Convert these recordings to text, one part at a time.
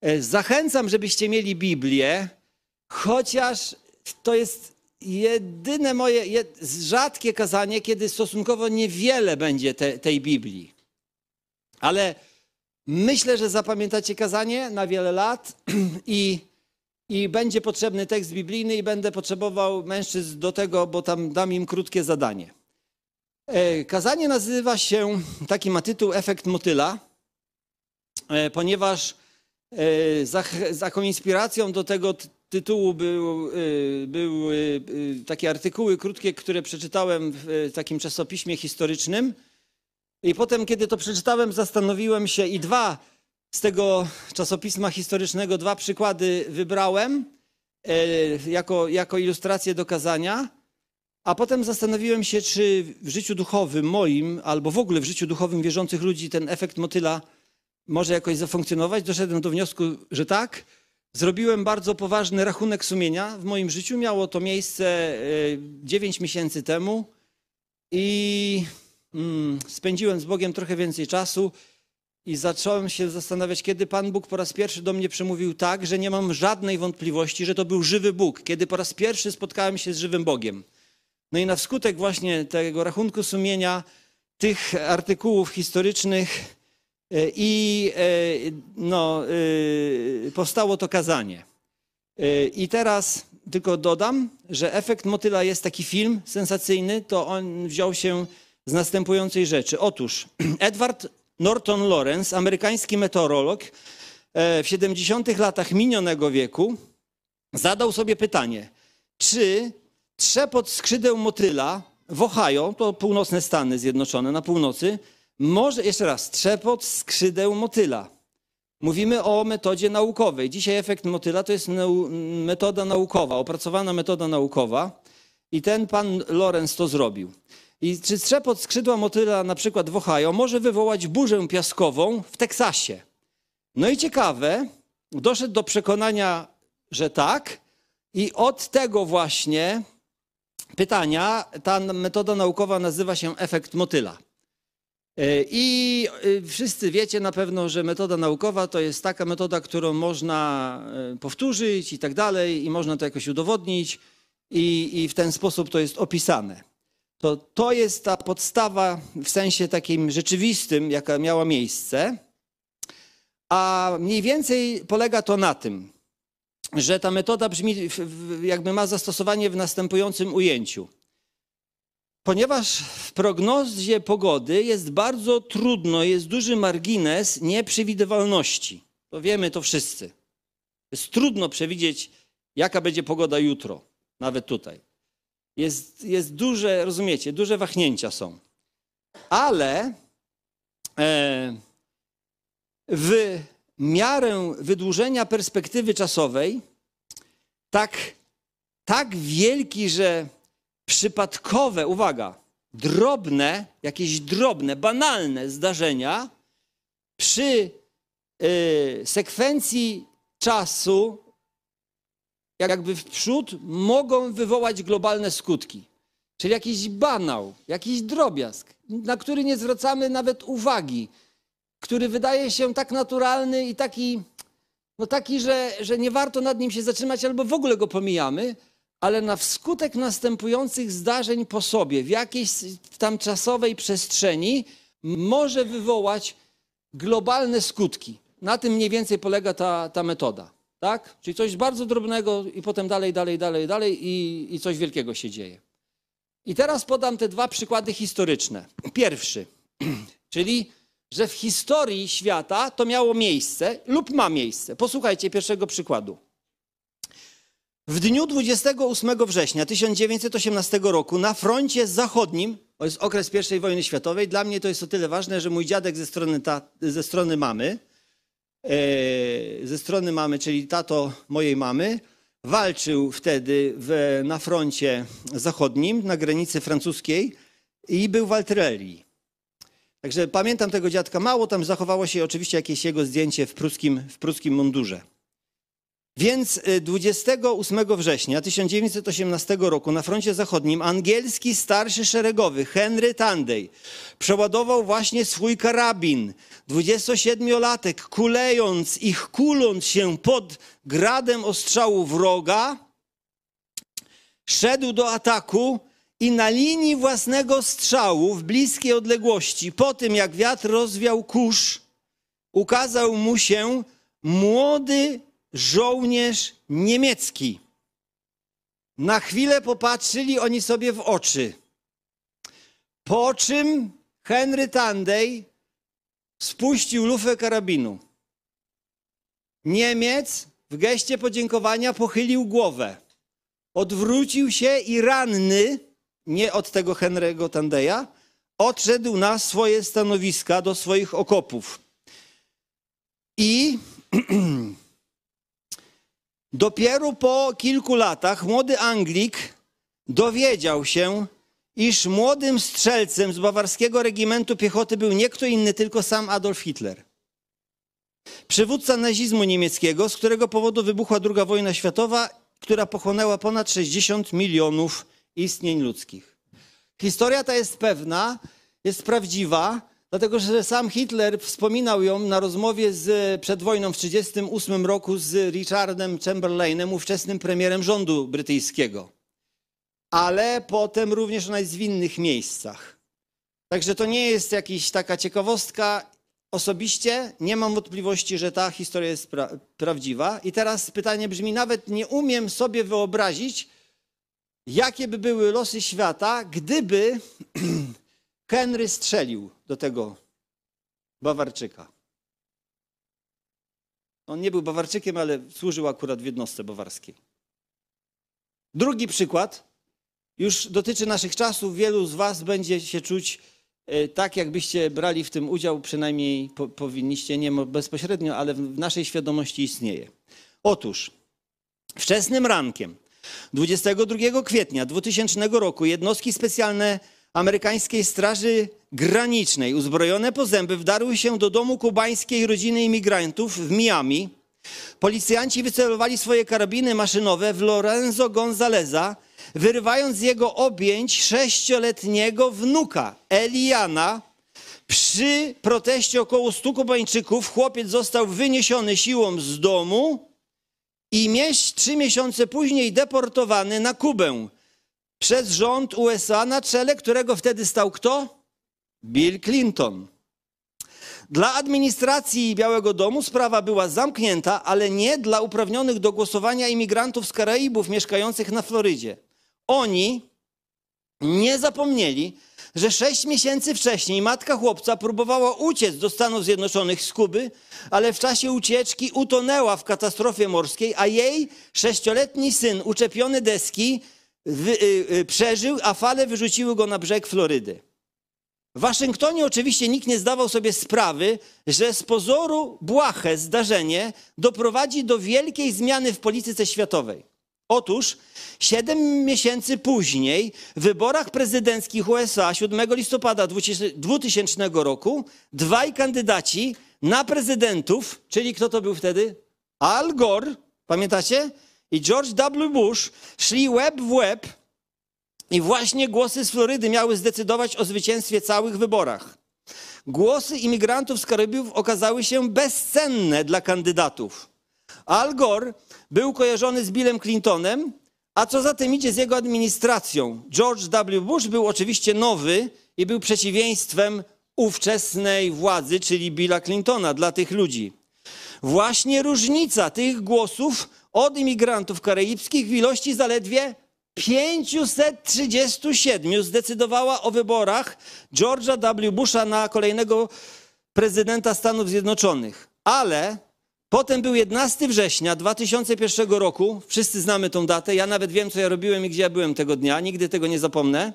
Zachęcam, żebyście mieli Biblię, chociaż to jest jedyne moje, rzadkie kazanie, kiedy stosunkowo niewiele będzie tej Biblii. Ale myślę, że zapamiętacie kazanie na wiele lat i będzie potrzebny tekst biblijny i będę potrzebował mężczyzn do tego, bo tam dam im krótkie zadanie. Kazanie nazywa się, taki ma tytuł, Efekt motyla, ponieważ taką inspiracją do tego tytułu były takie artykuły krótkie, które przeczytałem w takim czasopiśmie historycznym. I potem, kiedy to przeczytałem, zastanowiłem się i z tego czasopisma historycznego dwa przykłady wybrałem jako ilustrację do kazania. A potem zastanowiłem się, czy w życiu duchowym moim, albo w ogóle w życiu duchowym wierzących ludzi ten efekt motyla może jakoś zafunkcjonować. Doszedłem do wniosku, że tak. Zrobiłem bardzo poważny rachunek sumienia w moim życiu. Miało to miejsce 9 miesięcy temu i spędziłem z Bogiem trochę więcej czasu i zacząłem się zastanawiać, kiedy Pan Bóg po raz pierwszy do mnie przemówił tak, że nie mam żadnej wątpliwości, że to był żywy Bóg. Kiedy po raz pierwszy spotkałem się z żywym Bogiem. No i na wskutek właśnie tego rachunku sumienia, tych artykułów historycznych powstało to kazanie. I teraz tylko dodam, że Efekt motyla jest taki film sensacyjny, to on wziął się z następującej rzeczy. Otóż Edward Norton Lawrence, amerykański meteorolog, w 70. latach minionego wieku zadał sobie pytanie, czy trzepot skrzydeł motyla w Ohio, to północne Stany Zjednoczone na północy, trzepot skrzydeł motyla. Mówimy o metodzie naukowej. Dzisiaj efekt motyla to jest metoda naukowa, opracowana metoda naukowa i ten pan Lawrence to zrobił. I czy trzepot skrzydła motyla na przykład w Ohio może wywołać burzę piaskową w Teksasie? No i ciekawe, doszedł do przekonania, że tak i od tego właśnie pytania ta metoda naukowa nazywa się efekt motyla. I wszyscy wiecie na pewno, że metoda naukowa to jest taka metoda, którą można powtórzyć i tak dalej i można to jakoś udowodnić i w ten sposób to jest opisane. To jest ta podstawa w sensie takim rzeczywistym, jaka miała miejsce, a mniej więcej polega to na tym, że ta metoda brzmi, jakby ma zastosowanie w następującym ujęciu. Ponieważ w prognozie pogody jest bardzo trudno, jest duży margines nieprzewidywalności. To wiemy to wszyscy. Jest trudno przewidzieć, jaka będzie pogoda jutro, nawet tutaj. Jest duże, rozumiecie, duże wahnięcia są. Ale w miarę wydłużenia perspektywy czasowej tak wielki, że przypadkowe, uwaga, jakieś drobne, banalne zdarzenia przy sekwencji czasu jakby w przód mogą wywołać globalne skutki. Czyli jakiś banał, jakiś drobiazg, na który nie zwracamy nawet uwagi, który wydaje się tak naturalny i taki, że nie warto nad nim się zatrzymać albo w ogóle go pomijamy, ale na wskutek następujących zdarzeń po sobie w jakiejś tam czasowej przestrzeni może wywołać globalne skutki. Na tym mniej więcej polega ta metoda. Tak? Czyli coś bardzo drobnego i potem dalej i coś wielkiego się dzieje. I teraz podam te dwa przykłady historyczne. Pierwszy, czyli że w historii świata to miało miejsce lub ma miejsce. Posłuchajcie pierwszego przykładu. W dniu 28 września 1918 roku na froncie zachodnim, to jest okres I wojny światowej, dla mnie to jest o tyle ważne, że mój dziadek ze strony mamy, czyli tato mojej mamy, walczył wtedy na froncie zachodnim, na granicy francuskiej i był w artylerii. Także pamiętam tego dziadka mało, tam zachowało się oczywiście jakieś jego zdjęcie w pruskim mundurze. Więc 28 września 1918 roku na froncie zachodnim angielski starszy szeregowy Henry Tandey przeładował właśnie swój karabin. 27-latek, kulejąc i kuląc się pod gradem ostrzału wroga, szedł do ataku i na linii własnego strzału w bliskiej odległości, po tym jak wiatr rozwiał kurz, ukazał mu się młody żołnierz niemiecki. Na chwilę popatrzyli oni sobie w oczy, po czym Henry Tandey spuścił lufę karabinu. Niemiec w geście podziękowania pochylił głowę, odwrócił się i ranny, nie od tego Henry'ego Tandeya, odszedł na swoje stanowiska, do swoich okopów. I dopiero po kilku latach młody Anglik dowiedział się, iż młodym strzelcem z bawarskiego regimentu piechoty był nie kto inny, tylko sam Adolf Hitler. Przywódca nazizmu niemieckiego, z którego powodu wybuchła II wojna światowa, która pochłonęła ponad 60 milionów istnień ludzkich. Historia ta jest pewna, jest prawdziwa, dlatego że sam Hitler wspominał ją na rozmowie przed wojną w 1938 roku z Richardem Chamberlainem, ówczesnym premierem rządu brytyjskiego. Ale potem również ona jest w innych miejscach. Także to nie jest jakaś taka ciekawostka. Osobiście nie mam wątpliwości, że ta historia jest prawdziwa. I teraz pytanie brzmi, nawet nie umiem sobie wyobrazić, jakie by były losy świata, gdyby Henry strzelił do tego Bawarczyka. On nie był Bawarczykiem, ale służył akurat w jednostce bawarskiej. Drugi przykład już dotyczy naszych czasów. Wielu z was będzie się czuć tak, jakbyście brali w tym udział, przynajmniej powinniście, nie bezpośrednio, ale w naszej świadomości istnieje. Otóż wczesnym rankiem 22 kwietnia 2000 roku jednostki specjalne amerykańskiej Straży Granicznej uzbrojone po zęby wdarły się do domu kubańskiej rodziny imigrantów w Miami. Policjanci wycelowali swoje karabiny maszynowe w Lorenzo Gonzaleza, wyrywając z jego objęć 6-letniego wnuka Eliana. Przy proteście około 100 Kubańczyków chłopiec został wyniesiony siłą z domu i 3 miesiące później deportowany na Kubę przez rząd USA, na czele którego wtedy stał kto? Bill Clinton. Dla administracji Białego Domu sprawa była zamknięta, ale nie dla uprawnionych do głosowania imigrantów z Karaibów mieszkających na Florydzie. Oni nie zapomnieli, że 6 miesięcy wcześniej matka chłopca próbowała uciec do Stanów Zjednoczonych z Kuby, ale w czasie ucieczki utonęła w katastrofie morskiej, a jej 6-letni syn, uczepiony deski, przeżył, a fale wyrzuciły go na brzeg Florydy. W Waszyngtonie oczywiście nikt nie zdawał sobie sprawy, że z pozoru błahe zdarzenie doprowadzi do wielkiej zmiany w polityce światowej. Otóż 7 miesięcy później w wyborach prezydenckich USA 7 listopada 2000 roku dwaj kandydaci na prezydentów, czyli kto to był wtedy? Al Gore, pamiętacie? I George W. Bush szli łeb w łeb i właśnie głosy z Florydy miały zdecydować o zwycięstwie w całych wyborach. Głosy imigrantów z Karaibów okazały się bezcenne dla kandydatów. Al Gore był kojarzony z Billem Clintonem, a co za tym idzie z jego administracją. George W. Bush był oczywiście nowy i był przeciwieństwem ówczesnej władzy, czyli Billa Clintona dla tych ludzi. Właśnie różnica tych głosów od imigrantów karaibskich w ilości zaledwie 537 zdecydowała o wyborach George'a W. Busha na kolejnego prezydenta Stanów Zjednoczonych. Ale potem był 11 września 2001 roku, wszyscy znamy tą datę, ja nawet wiem, co ja robiłem i gdzie ja byłem tego dnia, nigdy tego nie zapomnę.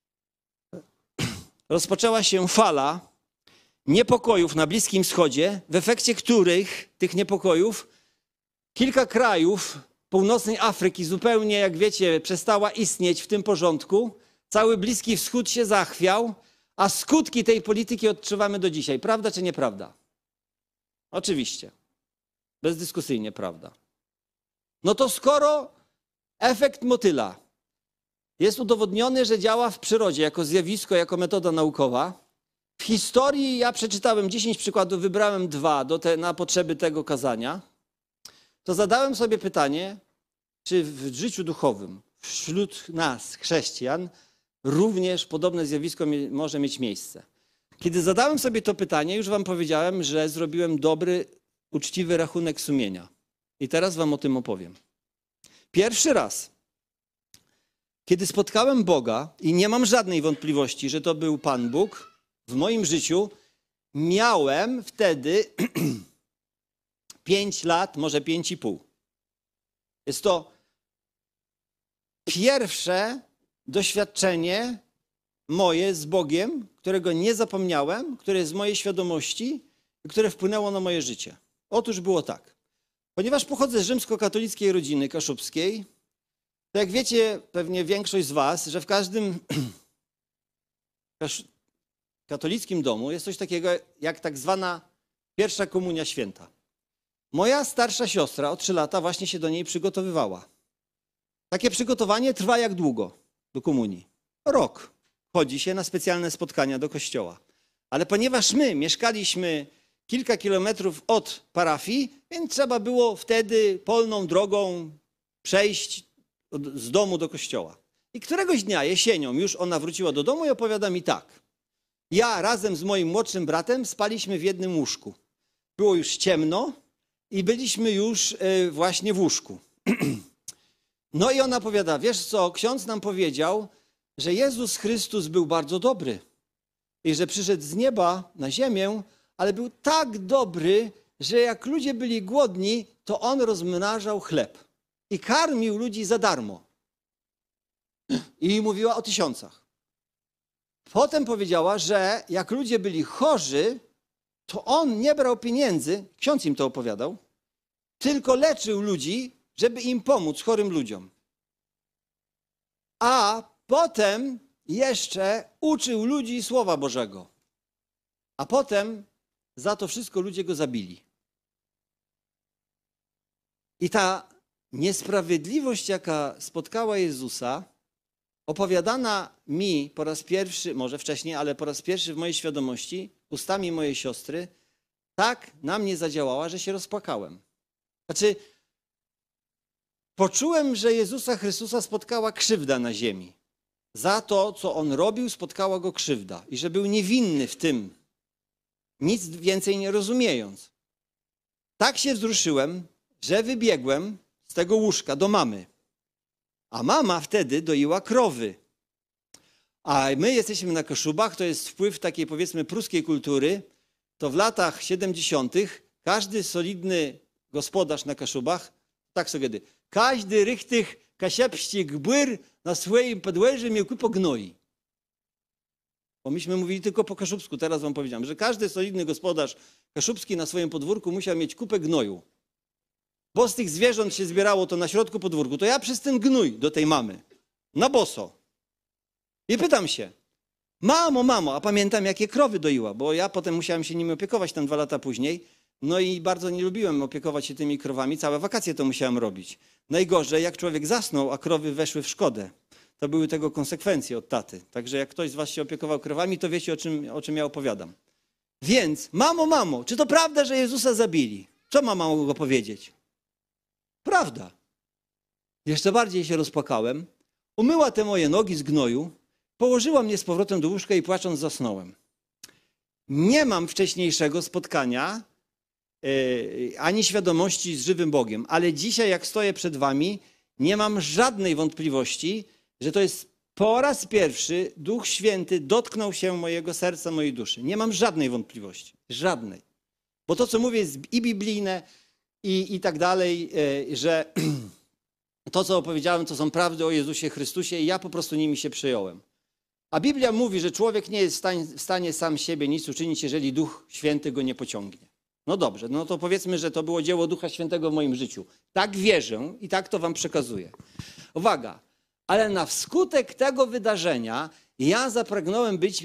Rozpoczęła się fala niepokojów na Bliskim Wschodzie, w efekcie których tych niepokojów kilka krajów północnej Afryki zupełnie, jak wiecie, przestała istnieć w tym porządku. Cały Bliski Wschód się zachwiał, a skutki tej polityki odczuwamy do dzisiaj. Prawda czy nieprawda? Oczywiście. Bezdyskusyjnie prawda. No to skoro efekt motyla jest udowodniony, że działa w przyrodzie jako zjawisko, jako metoda naukowa, w historii ja przeczytałem 10 przykładów, wybrałem 2 na potrzeby tego kazania, to zadałem sobie pytanie, czy w życiu duchowym, wśród nas, chrześcijan, również podobne zjawisko może mieć miejsce. Kiedy zadałem sobie to pytanie, już wam powiedziałem, że zrobiłem dobry, uczciwy rachunek sumienia. I teraz wam o tym opowiem. Pierwszy raz, kiedy spotkałem Boga i nie mam żadnej wątpliwości, że to był Pan Bóg w moim życiu, miałem wtedy 5 lat, może 5,5. Jest to pierwsze doświadczenie moje z Bogiem, którego nie zapomniałem, które jest z mojej świadomości i które wpłynęło na moje życie. Otóż było tak. Ponieważ pochodzę z rzymskokatolickiej rodziny kaszubskiej, to jak wiecie, pewnie większość z was, że w każdym katolickim domu jest coś takiego jak tak zwana pierwsza komunia święta. Moja starsza siostra o 3 lata właśnie się do niej przygotowywała. Takie przygotowanie trwa jak długo do komunii? Rok. Chodzi się na specjalne spotkania do kościoła. Ale ponieważ my mieszkaliśmy kilka kilometrów od parafii, więc trzeba było wtedy polną drogą przejść z domu do kościoła. I któregoś dnia, jesienią, już ona wróciła do domu i opowiada mi tak. Ja razem z moim młodszym bratem spaliśmy w jednym łóżku. Było już ciemno i byliśmy już właśnie w łóżku. No i ona powiada, wiesz co, ksiądz nam powiedział, że Jezus Chrystus był bardzo dobry i że przyszedł z nieba na ziemię, ale był tak dobry, że jak ludzie byli głodni, to On rozmnażał chleb i karmił ludzi za darmo. I mówiła o 1000. Potem powiedziała, że jak ludzie byli chorzy, to On nie brał pieniędzy, ksiądz im to opowiadał, tylko leczył ludzi, żeby im pomóc, chorym ludziom. A potem jeszcze uczył ludzi Słowa Bożego. A potem za to wszystko ludzie go zabili. I ta niesprawiedliwość, jaka spotkała Jezusa, opowiadana mi po raz pierwszy, może wcześniej, ale po raz pierwszy w mojej świadomości, ustami mojej siostry, tak na mnie zadziałała, że się rozpłakałem. Znaczy, poczułem, że Jezusa Chrystusa spotkała krzywda na ziemi. Za to, co On robił, spotkała Go krzywda. I że był niewinny w tym, nic więcej nie rozumiejąc. Tak się wzruszyłem, że wybiegłem z tego łóżka do mamy. A mama wtedy doiła krowy. A my jesteśmy na Kaszubach, to jest wpływ takiej powiedzmy pruskiej kultury. To w latach 70. każdy solidny gospodarz na Kaszubach, tak sobie gdy, każdy rychtych kasiepścik błyr na swoim podwórzu miał kupę gnoi. Bo myśmy mówili tylko po kaszubsku, teraz wam powiedziałem, że każdy solidny gospodarz kaszubski na swoim podwórku musiał mieć kupę gnoju. Bo z tych zwierząt się zbierało to na środku podwórku, to ja przez ten gnój do tej mamy, na boso. I pytam się, mamo, a pamiętam jakie krowy doiła, bo ja potem musiałem się nimi opiekować tam 2 lata później. No i bardzo nie lubiłem opiekować się tymi krowami, całe wakacje to musiałem robić. Najgorzej jak człowiek zasnął, a krowy weszły w szkodę. To były tego konsekwencje od taty. Także jak ktoś z was się opiekował krowami, to wiecie o czym ja opowiadam. Więc, mamo, czy to prawda, że Jezusa zabili? Co mama mogła powiedzieć? Prawda. Jeszcze bardziej się rozpłakałem. Umyła te moje nogi z gnoju, położyła mnie z powrotem do łóżka i płacząc zasnąłem. Nie mam wcześniejszego spotkania ani świadomości z żywym Bogiem, ale dzisiaj jak stoję przed wami, nie mam żadnej wątpliwości, że to jest po raz pierwszy Duch Święty dotknął się mojego serca, mojej duszy. Nie mam żadnej wątpliwości. Żadnej. Bo to, co mówię, jest i biblijne, i tak dalej, że to, co opowiedziałem, to są prawdy o Jezusie Chrystusie i ja po prostu nimi się przejąłem. A Biblia mówi, że człowiek nie jest w stanie sam siebie nic uczynić, jeżeli Duch Święty go nie pociągnie. No dobrze, no to powiedzmy, że to było dzieło Ducha Świętego w moim życiu. Tak wierzę i tak to wam przekazuję. Uwaga, ale na wskutek tego wydarzenia ja zapragnąłem być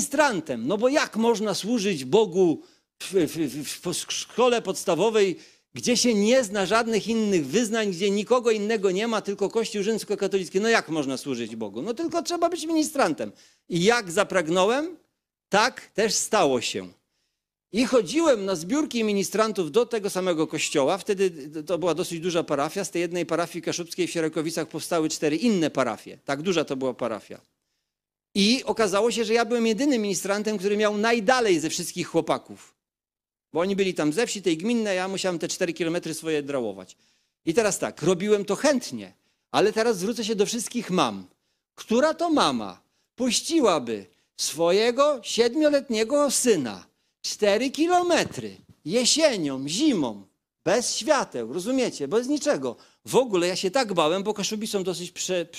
ministrantem. No bo jak można służyć Bogu w szkole podstawowej, gdzie się nie zna żadnych innych wyznań, gdzie nikogo innego nie ma, tylko Kościół rzymskokatolicki. No jak można służyć Bogu? No tylko trzeba być ministrantem. I jak zapragnąłem, tak też stało się. I chodziłem na zbiórki ministrantów do tego samego kościoła. Wtedy to była dosyć duża parafia. Z tej jednej parafii kaszubskiej w Sierakowicach powstały 4 inne parafie. Tak duża to była parafia. I okazało się, że ja byłem jedynym ministrantem, który miał najdalej ze wszystkich chłopaków. Bo oni byli tam ze wsi tej gminnej, ja musiałem te 4 kilometry swoje drałować. I teraz tak, robiłem to chętnie, ale teraz zwrócę się do wszystkich mam. Która to mama puściłaby swojego 7-letniego syna 4 kilometry jesienią, zimą, bez świateł, rozumiecie, bez niczego. W ogóle ja się tak bałem, bo Kaszubi są dosyć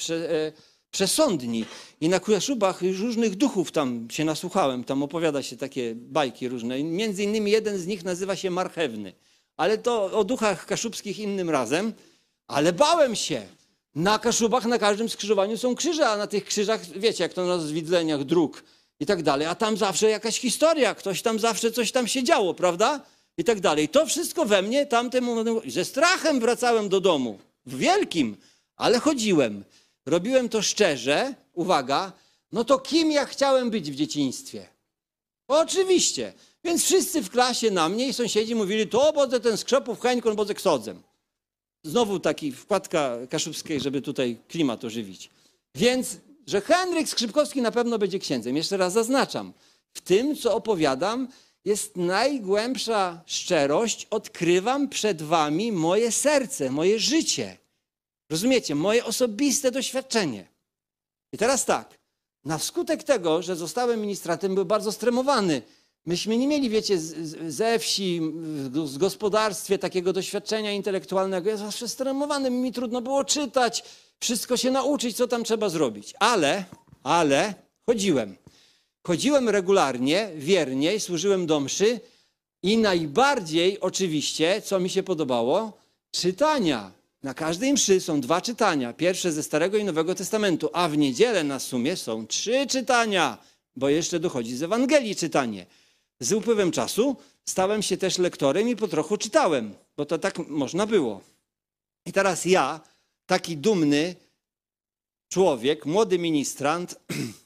przesądni i na Kaszubach już różnych duchów tam się nasłuchałem, tam opowiada się takie bajki różne. Między innymi jeden z nich nazywa się Marchewny, ale to o duchach kaszubskich innym razem, ale bałem się. Na Kaszubach na każdym skrzyżowaniu są krzyże, a na tych krzyżach, wiecie, jak to na rozwidleniach dróg i tak dalej, a tam zawsze jakaś historia, ktoś tam zawsze coś tam się działo, prawda? I tak dalej. To wszystko we mnie ze strachem wracałem do domu, w wielkim, ale chodziłem. Robiłem to szczerze, uwaga, no to kim ja chciałem być w dzieciństwie? Oczywiście. Więc wszyscy w klasie na mnie i sąsiedzi mówili, to bodzę ten skrzepów Heńkon, bodzę ksodzem. Znowu taki wkładka kaszubskiej, żeby tutaj klimat ożywić. Więc, że Henryk Skrzypkowski na pewno będzie księdzem. Jeszcze raz zaznaczam, w tym, co opowiadam, jest najgłębsza szczerość. Odkrywam przed wami moje serce, moje życie. Rozumiecie? Moje osobiste doświadczenie. I teraz tak, na skutek tego, że zostałem ministrantem, byłem bardzo stremowany. Myśmy nie mieli, wiecie, ze wsi, z gospodarstwie takiego doświadczenia intelektualnego. Ja zawsze stremowany, mi trudno było czytać, wszystko się nauczyć, co tam trzeba zrobić. Ale chodziłem. Chodziłem regularnie, wiernie, służyłem do mszy i najbardziej oczywiście, co mi się podobało, czytania. Na każdej mszy są 2 czytania, pierwsze ze Starego i Nowego Testamentu, a w niedzielę na sumie są 3 czytania, bo jeszcze dochodzi z Ewangelii czytanie. Z upływem czasu stałem się też lektorem i po trochu czytałem, bo to tak można było. I teraz ja, taki dumny człowiek, młody ministrant,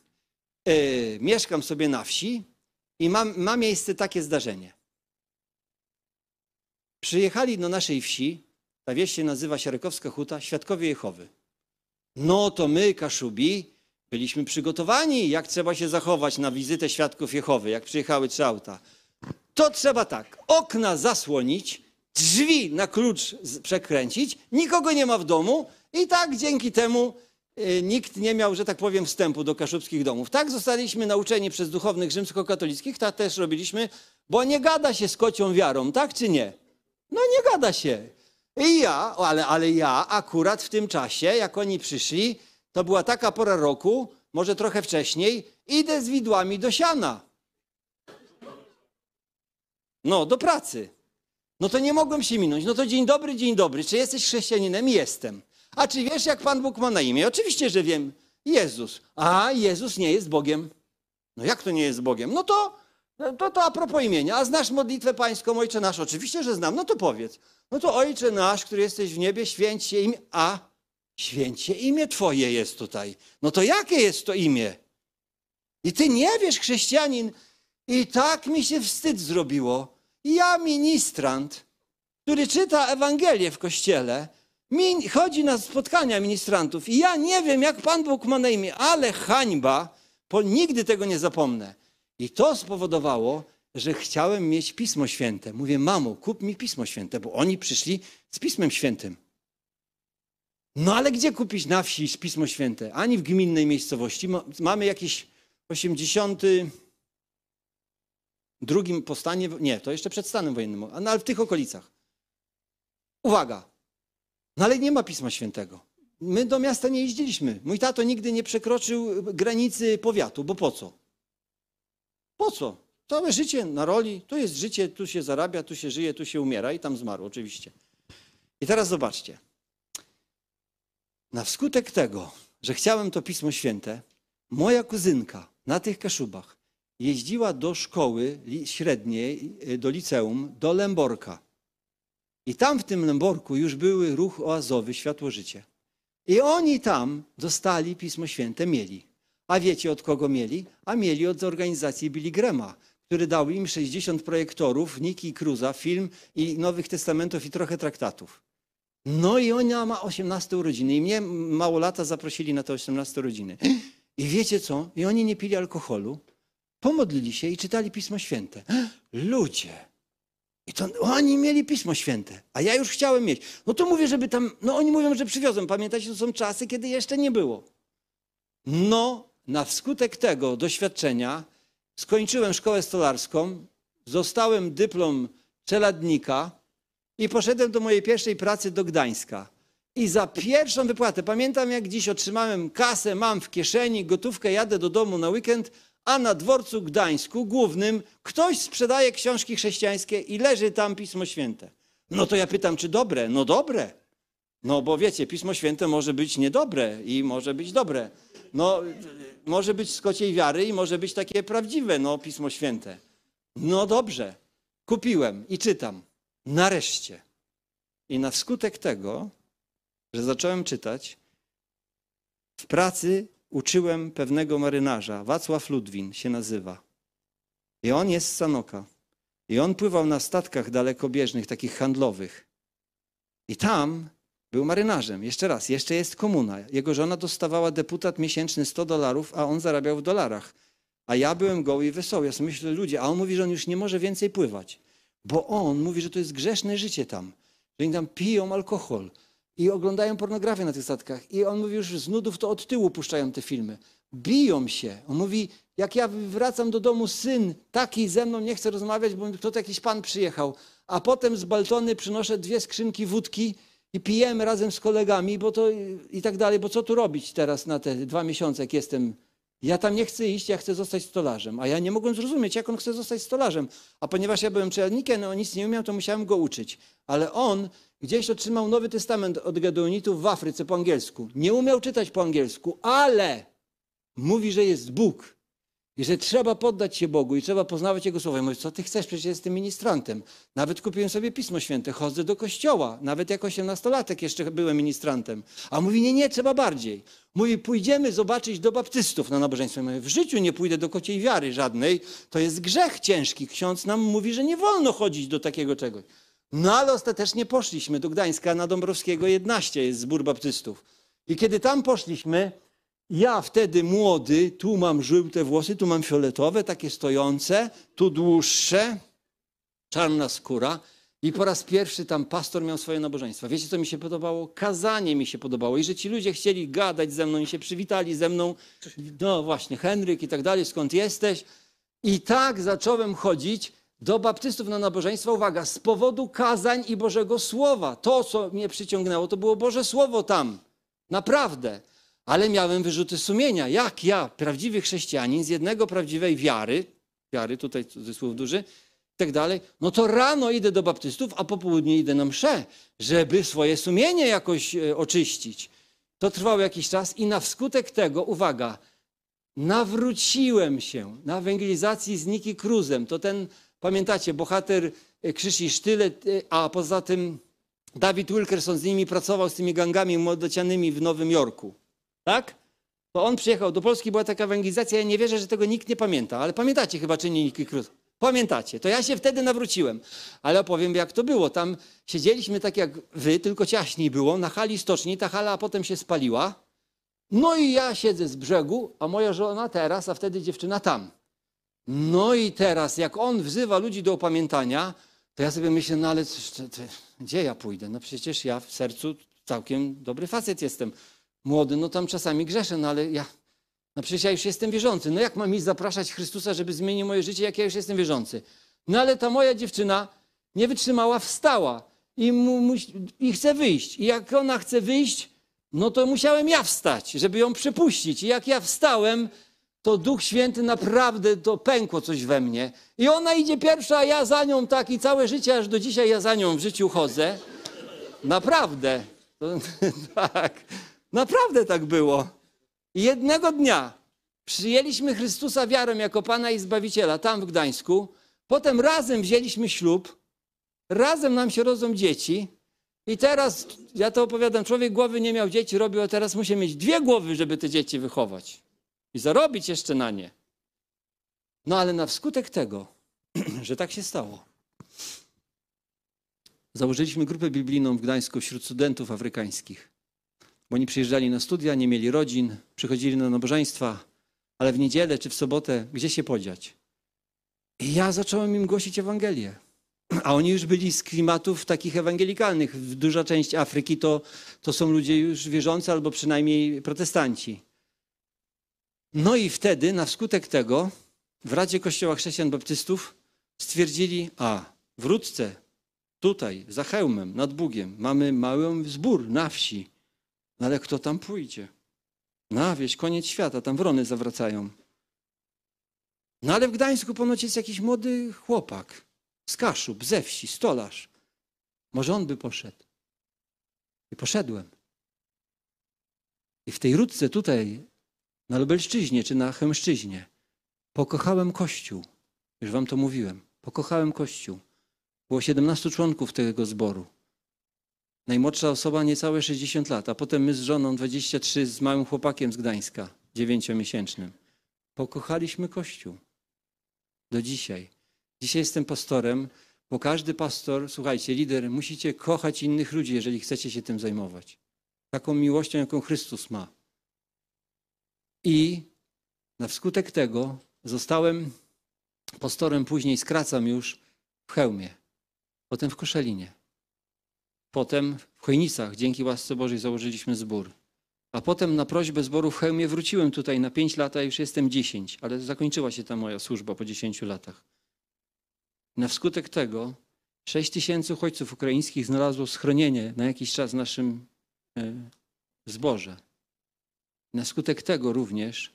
mieszkam sobie na wsi i ma miejsce takie zdarzenie. Przyjechali do naszej wsi, ta wieś się nazywa Sierakowska Huta, Świadkowie Jehowy. No to my, Kaszubi, byliśmy przygotowani, jak trzeba się zachować na wizytę Świadków Jehowy, jak przyjechały 3 auta. To trzeba tak, okna zasłonić, drzwi na klucz przekręcić, nikogo nie ma w domu i tak dzięki temu nikt nie miał, że tak powiem, wstępu do kaszubskich domów. Tak zostaliśmy nauczeni przez duchownych rzymskokatolickich, tak też robiliśmy, bo nie gada się z kocią wiarą, tak czy nie? No nie gada się. I ja, ale ja akurat w tym czasie, jak oni przyszli, to była taka pora roku, może trochę wcześniej, idę z widłami do siana. No, do pracy. No to nie mogłem się minąć. No to dzień dobry. Czy jesteś chrześcijaninem? Jestem. A czy wiesz, jak Pan Bóg ma na imię? Oczywiście, że wiem. Jezus. A Jezus nie jest Bogiem. No jak to nie jest Bogiem? No to a propos imienia. A znasz modlitwę pańską, Ojcze nasz? Oczywiście, że znam. No to powiedz. No to Ojcze nasz, który jesteś w niebie, święć się imię. A święć się imię Twoje jest tutaj. No to jakie jest to imię? I ty nie wiesz, chrześcijanin. I tak mi się wstyd zrobiło. Ja, ministrant, który czyta Ewangelię w kościele, chodzi na spotkania ministrantów i ja nie wiem, jak Pan Bóg ma na imię, ale hańba, bo nigdy tego nie zapomnę. I to spowodowało, że chciałem mieć Pismo Święte. Mówię, mamo, kup mi Pismo Święte, bo oni przyszli z Pismem Świętym. No ale gdzie kupić na wsi Pismo Święte? Ani w gminnej miejscowości. Mamy jakieś 82 po stanie, nie, to jeszcze przed stanem wojennym, no ale w tych okolicach. Uwaga, no ale nie ma Pisma Świętego. My do miasta nie jeździliśmy. Mój tato nigdy nie przekroczył granicy powiatu, bo po co? Po co? Całe życie na roli, tu jest życie, tu się zarabia, tu się żyje, tu się umiera i tam zmarł oczywiście. I teraz zobaczcie. Na wskutek tego, że chciałem to Pismo Święte, moja kuzynka na tych Kaszubach jeździła do szkoły średniej, do liceum, do Lęborka. I tam w tym Lęborku już były ruch oazowy, Światło Życie. I oni tam dostali Pismo Święte, mieli. A wiecie od kogo mieli? A mieli od organizacji Billy Grahama, który dał im 60 projektorów, Niki Cruza, film i Nowych Testamentów i trochę traktatów. No i ona ma 18 urodziny i mnie mało lata zaprosili na te 18 urodziny. I wiecie co? I oni nie pili alkoholu, pomodlili się i czytali Pismo Święte. Ludzie! I to oni mieli Pismo Święte, a ja już chciałem mieć. No to mówię, żeby tam, no oni mówią, że przywiozą. Pamiętacie, to są czasy, kiedy jeszcze nie było. No, na wskutek tego doświadczenia skończyłem szkołę stolarską, dostałem dyplom czeladnika i poszedłem do mojej pierwszej pracy do Gdańska. I za pierwszą wypłatę, pamiętam jak dziś, otrzymałem kasę, mam w kieszeni, gotówkę, jadę do domu na weekend, a na dworcu Gdańsku głównym ktoś sprzedaje książki chrześcijańskie i leży tam Pismo Święte. No to ja pytam, czy dobre? No dobre. No bo wiecie, Pismo Święte może być niedobre i może być dobre. No może być z kociej wiary i może być takie prawdziwe, no Pismo Święte. No dobrze. Kupiłem i czytam. Nareszcie. I na wskutek tego, że zacząłem czytać, w pracy uczyłem pewnego marynarza, Wacław Ludwin się nazywa. I on jest z Sanoka. I on pływał na statkach dalekobieżnych, takich handlowych. I tam był marynarzem. Jeszcze raz, jeszcze jest komuna. Jego żona dostawała deputat miesięczny $100, a on zarabiał w dolarach. A ja byłem goły i wesoły. Ja sobie myślę, ludzie, a on mówi, że on już nie może więcej pływać. Bo on mówi, że to jest grzeszne życie tam. Że oni tam piją alkohol i oglądają pornografię na tych statkach. I on mówi, już z nudów to od tyłu puszczają te filmy. Biją się. On mówi, jak ja wracam do domu, syn taki ze mną nie chce rozmawiać, bo to jakiś pan przyjechał. A potem z Baltony przynoszę 2 skrzynki wódki i pijemy razem z kolegami, bo to i tak dalej. Bo co tu robić teraz na te 2 miesiące, jak jestem? Ja tam nie chcę iść, ja chcę zostać stolarzem. A ja nie mogłem zrozumieć, jak on chce zostać stolarzem. A ponieważ ja byłem czeladnikiem, no nic nie umiał, to musiałem go uczyć. Ale on gdzieś otrzymał Nowy Testament od Gedeonitów w Afryce po angielsku. Nie umiał czytać po angielsku, ale mówi, że jest Bóg. I że trzeba poddać się Bogu i trzeba poznawać Jego słowo. Ja mówię, co ty chcesz? Przecież jestem ministrantem. Nawet kupiłem sobie Pismo Święte, chodzę do kościoła. Nawet jako 18-latek jeszcze byłem ministrantem. A mówi, nie, trzeba bardziej. Mówi, pójdziemy zobaczyć do baptystów na nabożeństwo. Ja mówię, w życiu nie pójdę do kociej wiary żadnej. To jest grzech ciężki. Ksiądz nam mówi, że nie wolno chodzić do takiego czegoś. No ale ostatecznie poszliśmy do Gdańska, na Dąbrowskiego 11 jest zbór baptystów. I kiedy tam poszliśmy, ja wtedy młody, tu mam żółte włosy, tu mam fioletowe, takie stojące, tu dłuższe, czarna skóra. I po raz pierwszy tam pastor miał swoje nabożeństwa. Wiecie, co mi się podobało? Kazanie mi się podobało. I że ci ludzie chcieli gadać ze mną i się przywitali ze mną. No właśnie, Henryk i tak dalej, skąd jesteś? I tak zacząłem chodzić do baptystów na nabożeństwa. Uwaga, z powodu kazań i Bożego Słowa. To, co mnie przyciągnęło, to było Boże Słowo tam. Naprawdę. Ale miałem wyrzuty sumienia. Jak ja, prawdziwy chrześcijanin, z jednego prawdziwej wiary, tutaj cudzysłów duży, i tak dalej, no to rano idę do baptystów, a po południu idę na mszę, żeby swoje sumienie jakoś oczyścić. To trwało jakiś czas i na wskutek tego, uwaga, nawróciłem się na ewangelizacji z Niki Cruzem. To ten, pamiętacie, bohater Krzyż i Sztylet, a poza tym David Wilkerson z nimi pracował, z tymi gangami młodocianymi w Nowym Jorku. Tak? To on przyjechał do Polski, była taka ewangelizacja, ja nie wierzę, że tego nikt nie pamięta, ale pamiętacie chyba czynniki Cruz. Pamiętacie, to ja się wtedy nawróciłem, ale opowiem jak to było. Tam siedzieliśmy tak jak wy, tylko ciaśniej było, na hali stoczni, ta hala potem się spaliła. No i ja siedzę z brzegu, a moja żona teraz, a wtedy dziewczyna tam. No i teraz jak on wzywa ludzi do opamiętania, to ja sobie myślę, no ale gdzie ja pójdę? No przecież ja w sercu całkiem dobry facet jestem. Młody, no tam czasami grzeszę, no ale no przecież ja już jestem wierzący. No jak mam mi zapraszać Chrystusa, żeby zmienił moje życie, jak ja już jestem wierzący? No ale ta moja dziewczyna nie wytrzymała, wstała i chce wyjść. I jak ona chce wyjść, no to musiałem ja wstać, żeby ją przepuścić. I jak ja wstałem, to Duch Święty naprawdę to pękło coś we mnie. I ona idzie pierwsza, a ja za nią tak i całe życie, aż do dzisiaj ja za nią w życiu chodzę. Naprawdę. Tak. Naprawdę tak było. I jednego dnia przyjęliśmy Chrystusa wiarą jako Pana i Zbawiciela tam w Gdańsku. Potem razem wzięliśmy ślub. razem nam się rodzą dzieci i teraz, ja to opowiadam, człowiek głowy nie miał, dzieci robił, a teraz musi mieć 2 głowy, żeby te dzieci wychować i zarobić jeszcze na nie. No ale na wskutek tego, że tak się stało, założyliśmy grupę biblijną w Gdańsku wśród studentów afrykańskich. Bo oni przyjeżdżali na studia, nie mieli rodzin, przychodzili na nabożeństwa, ale w niedzielę czy w sobotę gdzie się podziać? I ja zacząłem im głosić Ewangelię. A oni już byli z klimatów takich ewangelikalnych. Duża część Afryki to są ludzie już wierzący albo przynajmniej protestanci. No i wtedy na wskutek tego w Radzie Kościoła Chrześcijan Baptystów stwierdzili, w Rudce, tutaj, za Chełmem, nad Bugiem, mamy mały zbór na wsi. No ale kto tam pójdzie? Na wieś, koniec świata, tam wrony zawracają. No ale w Gdańsku ponoć jest jakiś młody chłopak z Kaszub, ze wsi, stolarz. Może on by poszedł. I poszedłem. I w tej Rudce tutaj, na Lubelszczyźnie czy na Chełmszczyźnie, pokochałem Kościół. Już wam to mówiłem. Pokochałem Kościół. Było 17 członków tego zboru. Najmłodsza osoba niecałe 60 lat, a potem my z żoną 23 z małym chłopakiem z Gdańska, 9-miesięcznym. Pokochaliśmy Kościół. Do dzisiaj. Dzisiaj jestem pastorem, bo każdy pastor, słuchajcie, lider, musicie kochać innych ludzi, jeżeli chcecie się tym zajmować. Taką miłością, jaką Chrystus ma. I na wskutek tego zostałem pastorem, później skracam już w Chełmie, potem w Koszalinie. Potem w Chojnicach, dzięki łasce Bożej, założyliśmy zbór. A potem na prośbę zboru w Chełmie wróciłem tutaj na 5 lat, a już jestem 10, ale zakończyła się ta moja służba po 10 latach. Na wskutek tego 6 000 uchodźców ukraińskich znalazło schronienie na jakiś czas w naszym zborze. Na skutek tego również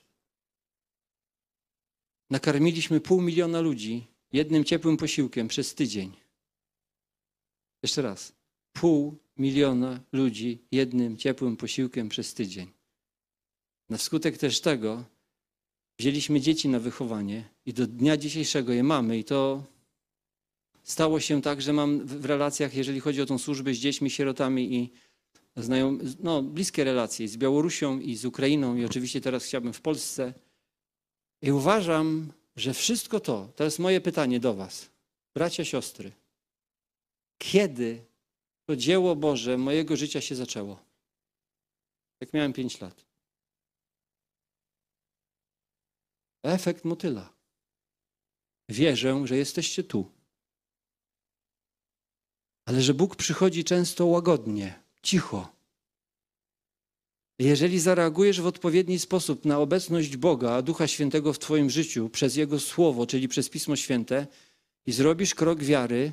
nakarmiliśmy 500 000 ludzi jednym ciepłym posiłkiem przez tydzień. Jeszcze raz. 500 000 ludzi jednym ciepłym posiłkiem przez tydzień. Na wskutek też tego wzięliśmy dzieci na wychowanie i do dnia dzisiejszego je mamy. I to stało się tak, że mam w relacjach, jeżeli chodzi o tą służbę z dziećmi, sierotami i bliskie relacje z Białorusią i z Ukrainą i oczywiście teraz chciałbym w Polsce. I uważam, że wszystko to jest moje pytanie do was, bracia, siostry. Kiedy to dzieło Boże mojego życia się zaczęło? Jak miałem 5 lat. Efekt motyla. Wierzę, że jesteście tu. Ale że Bóg przychodzi często łagodnie, cicho. Jeżeli zareagujesz w odpowiedni sposób na obecność Boga, Ducha Świętego w twoim życiu, przez Jego Słowo, czyli przez Pismo Święte i zrobisz krok wiary,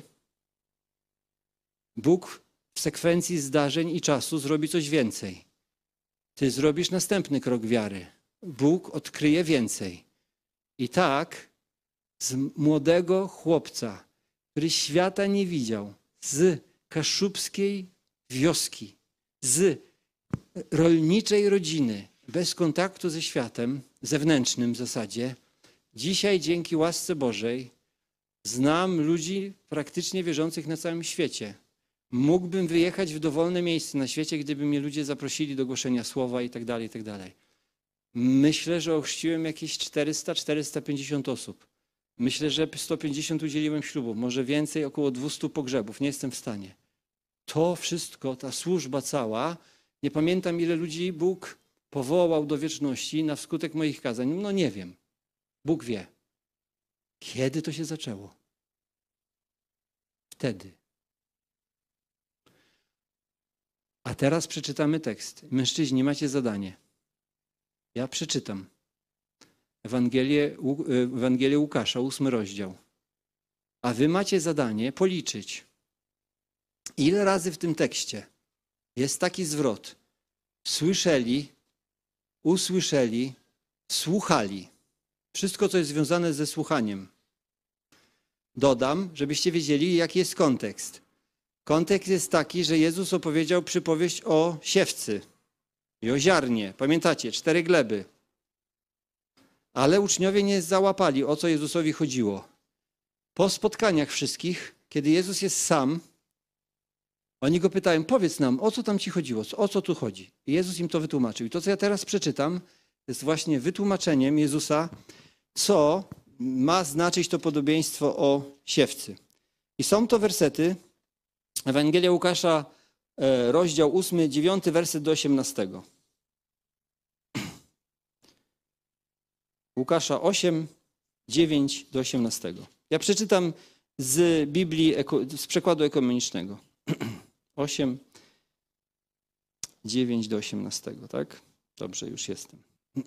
Bóg w sekwencji zdarzeń i czasu zrobi coś więcej. Ty zrobisz następny krok wiary. Bóg odkryje więcej. I tak z młodego chłopca, który świata nie widział, z kaszubskiej wioski, z rolniczej rodziny, bez kontaktu ze światem zewnętrznym w zasadzie, dzisiaj dzięki łasce Bożej znam ludzi praktycznie wierzących na całym świecie. Mógłbym wyjechać w dowolne miejsce na świecie, gdyby mnie ludzie zaprosili do głoszenia słowa i tak dalej, i tak dalej. Myślę, że ochrzciłem jakieś 400-450 osób. Myślę, że 150 udzieliłem ślubu, może więcej, około 200 pogrzebów. Nie jestem w stanie. To wszystko, ta służba cała, nie pamiętam, ile ludzi Bóg powołał do wieczności na wskutek moich kazań. No nie wiem. Bóg wie. Kiedy to się zaczęło? Wtedy. A teraz przeczytamy tekst. Mężczyźni, macie zadanie. Ja przeczytam. Ewangelię Łukasza, 8 rozdział. A wy macie zadanie policzyć, ile razy w tym tekście jest taki zwrot. Słyszeli, usłyszeli, słuchali. Wszystko, co jest związane ze słuchaniem. Dodam, żebyście wiedzieli, jaki jest kontekst. Kontekst jest taki, że Jezus opowiedział przypowieść o siewcy i o ziarnie. Pamiętacie, 4 gleby. Ale uczniowie nie załapali, o co Jezusowi chodziło. Po spotkaniach wszystkich kiedy Jezus jest sam, oni go pytają, powiedz nam, o co tam ci chodziło, o co tu chodzi? I Jezus im to wytłumaczył. I to, co ja teraz przeczytam, jest właśnie wytłumaczeniem Jezusa, co ma znaczyć to podobieństwo o siewcy. I są to wersety, Ewangelia Łukasza, rozdział 8, 9, werset do 18. Łukasza 8, 9 do 18. Ja przeczytam z Biblii, z przekładu ekumenicznego. 8, 9 do 18, tak? Dobrze, już jestem.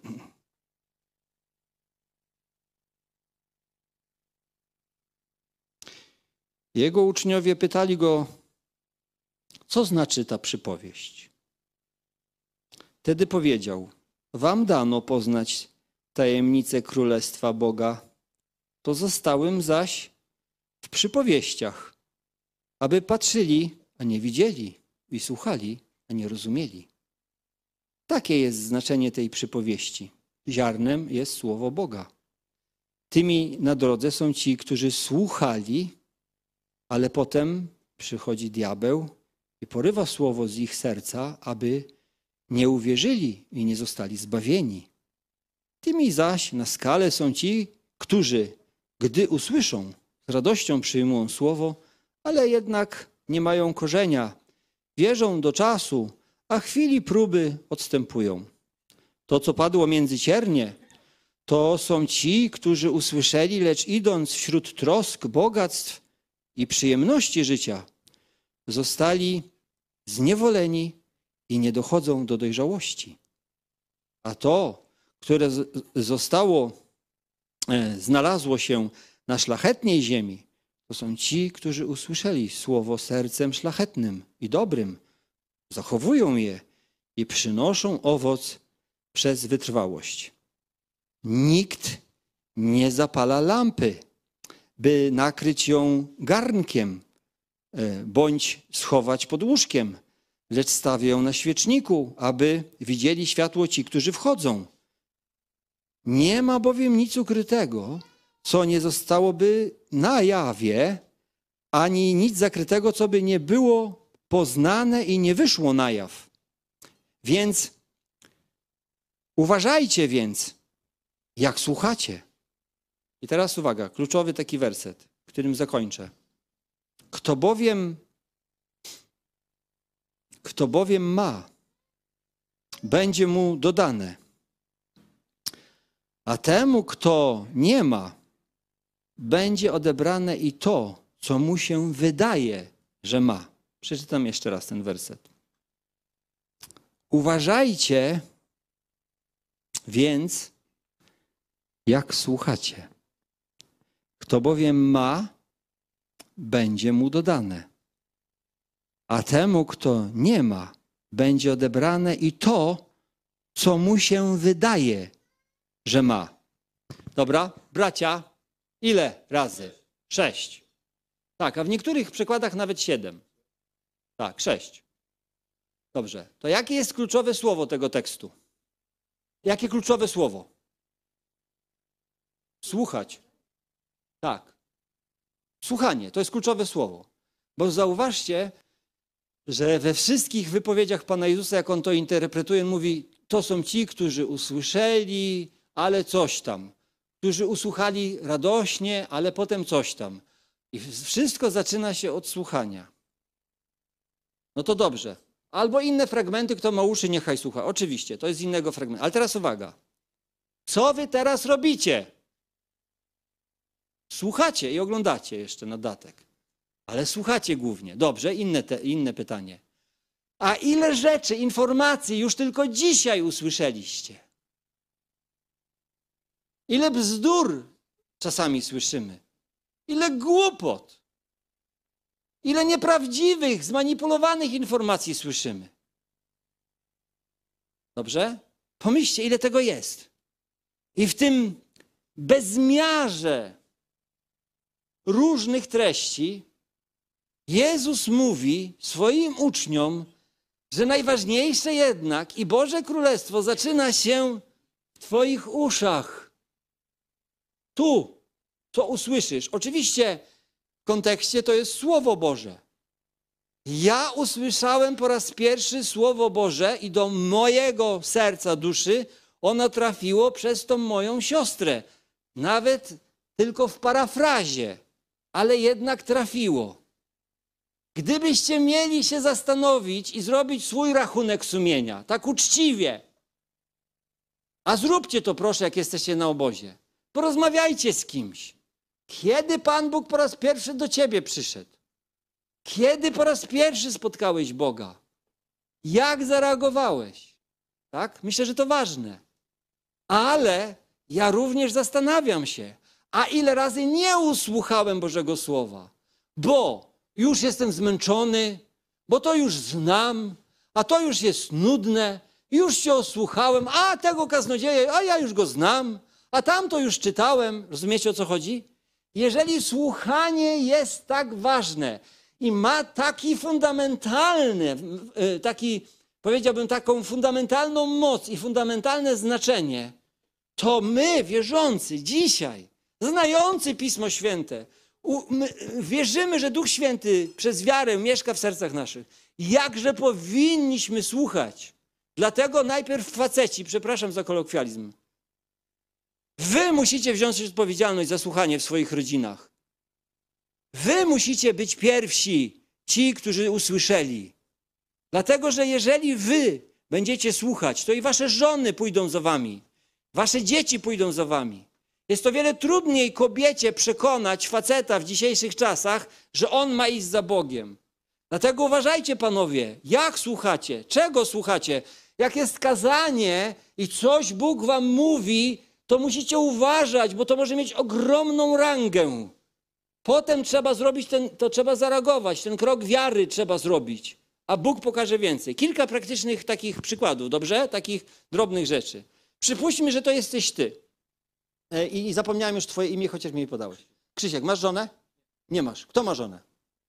Jego uczniowie pytali go, co znaczy ta przypowieść? Wtedy powiedział, wam dano poznać tajemnicę Królestwa Boga, pozostałym zaś w przypowieściach, aby patrzyli, a nie widzieli, i słuchali, a nie rozumieli. Takie jest znaczenie tej przypowieści. Ziarnem jest słowo Boga. Tymi na drodze są ci, którzy słuchali, ale potem przychodzi diabeł i porywa słowo z ich serca, aby nie uwierzyli i nie zostali zbawieni. Tymi zaś na skale są ci, którzy, gdy usłyszą, z radością przyjmują słowo, ale jednak nie mają korzenia. Wierzą do czasu, a chwili próby odstępują. To, co padło między ciernie, to są ci, którzy usłyszeli, lecz idąc wśród trosk, bogactw i przyjemności życia, zostali zniewoleni i nie dochodzą do dojrzałości. A to, które znalazło się na szlachetnej ziemi, to są ci, którzy usłyszeli słowo sercem szlachetnym i dobrym, zachowują je i przynoszą owoc przez wytrwałość. Nikt nie zapala lampy, by nakryć ją garnkiem bądź schować pod łóżkiem, lecz stawia ją na świeczniku, aby widzieli światło ci, którzy wchodzą. Nie ma bowiem nic ukrytego, co nie zostałoby na jawie, ani nic zakrytego, co by nie było poznane i nie wyszło na jaw. Więc uważajcie jak słuchacie. I teraz uwaga, kluczowy taki werset, którym zakończę. Kto bowiem ma, będzie mu dodane. A temu, kto nie ma, będzie odebrane i to, co mu się wydaje, że ma. Przeczytam jeszcze raz ten werset. Uważajcie więc, jak słuchacie. Kto bowiem ma, będzie mu dodane. A temu, kto nie ma, będzie odebrane i to, co mu się wydaje, że ma. Dobra, bracia, ile razy? 6. Tak, a w niektórych przykładach nawet 7. Tak, 6. Dobrze, to jakie jest kluczowe słowo tego tekstu? Jakie kluczowe słowo? Słuchać. Tak. Słuchanie, to jest kluczowe słowo. Bo zauważcie, że we wszystkich wypowiedziach Pana Jezusa, jak On to interpretuje, on mówi, to są ci, którzy usłyszeli, ale coś tam. Którzy usłuchali radośnie, ale potem coś tam. I wszystko zaczyna się od słuchania. No to dobrze. Albo inne fragmenty, kto ma uszy, niechaj słucha. Oczywiście, to jest z innego fragmentu. Ale teraz uwaga. Co wy teraz robicie? Słuchacie i oglądacie jeszcze na dodatek. Ale słuchacie głównie. Dobrze, inne pytanie. A ile rzeczy, informacji już tylko dzisiaj usłyszeliście? Ile bzdur czasami słyszymy? Ile głupot? Ile nieprawdziwych, zmanipulowanych informacji słyszymy? Dobrze? Pomyślcie, ile tego jest. I w tym bezmiarze różnych treści Jezus mówi swoim uczniom, że najważniejsze jednak i Boże Królestwo zaczyna się w twoich uszach. Tu, co usłyszysz. Oczywiście w kontekście to jest Słowo Boże. Ja usłyszałem po raz pierwszy Słowo Boże i do mojego serca, duszy ono trafiło przez tą moją siostrę. Nawet tylko w parafrazie, ale jednak trafiło. Gdybyście mieli się zastanowić i zrobić swój rachunek sumienia, tak uczciwie, a zróbcie to proszę, jak jesteście na obozie. Porozmawiajcie z kimś. Kiedy Pan Bóg po raz pierwszy do ciebie przyszedł? Kiedy po raz pierwszy spotkałeś Boga? Jak zareagowałeś? Tak? Myślę, że to ważne. Ale ja również zastanawiam się, a ile razy nie usłuchałem Bożego Słowa? Bo już jestem zmęczony, bo to już znam, a to już jest nudne, już się osłuchałem, a tego kaznodzieja, a ja już go znam, a tamto już czytałem. Rozumiecie, o co chodzi? Jeżeli słuchanie jest tak ważne i ma taki fundamentalny, powiedziałbym, taką fundamentalną moc i fundamentalne znaczenie, to my, wierzący, dzisiaj, znający Pismo Święte, wierzymy, że Duch Święty przez wiarę mieszka w sercach naszych. Jakże powinniśmy słuchać. Dlatego najpierw faceci, przepraszam za kolokwializm, wy musicie wziąć odpowiedzialność za słuchanie w swoich rodzinach. Wy musicie być pierwsi, ci, którzy usłyszeli. Dlatego, że jeżeli wy będziecie słuchać, to i wasze żony pójdą za wami. Wasze dzieci pójdą za wami. Jest to wiele trudniej kobiecie przekonać faceta w dzisiejszych czasach, że on ma iść za Bogiem. Dlatego uważajcie, panowie, jak słuchacie, czego słuchacie. Jak jest kazanie i coś Bóg wam mówi, to musicie uważać, bo to może mieć ogromną rangę. Potem trzeba zrobić to trzeba zareagować, ten krok wiary trzeba zrobić, a Bóg pokaże więcej. Kilka praktycznych takich przykładów, dobrze? Takich drobnych rzeczy. Przypuśćmy, że to jesteś ty. I zapomniałem już twoje imię, chociaż mi je podałeś. Krzysiek, masz żonę? Nie masz. Kto ma żonę?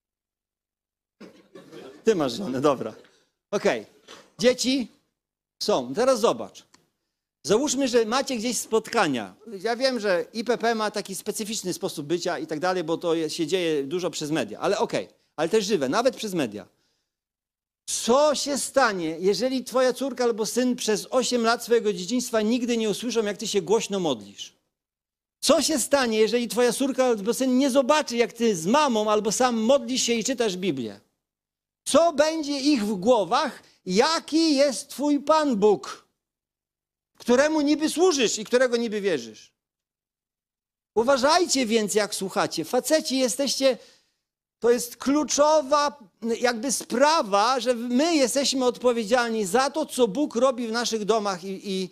Ty masz żonę, dobra. Okej. Dzieci są. Teraz zobacz. Załóżmy, że macie gdzieś spotkania. Ja wiem, że IPP ma taki specyficzny sposób bycia i tak dalej, bo to się dzieje dużo przez media. Ale okej. Ale też żywe, nawet przez media. Co się stanie, jeżeli twoja córka albo syn przez 8 lat swojego dzieciństwa nigdy nie usłyszą, jak ty się głośno modlisz? Co się stanie, jeżeli twoja córka albo syn nie zobaczy, jak ty z mamą albo sam modlisz się i czytasz Biblię? Co będzie ich w głowach? Jaki jest twój Pan Bóg, któremu niby służysz i którego niby wierzysz? Uważajcie więc, jak słuchacie. Faceci jesteście, to jest kluczowa jakby sprawa, że my jesteśmy odpowiedzialni za to, co Bóg robi w naszych domach i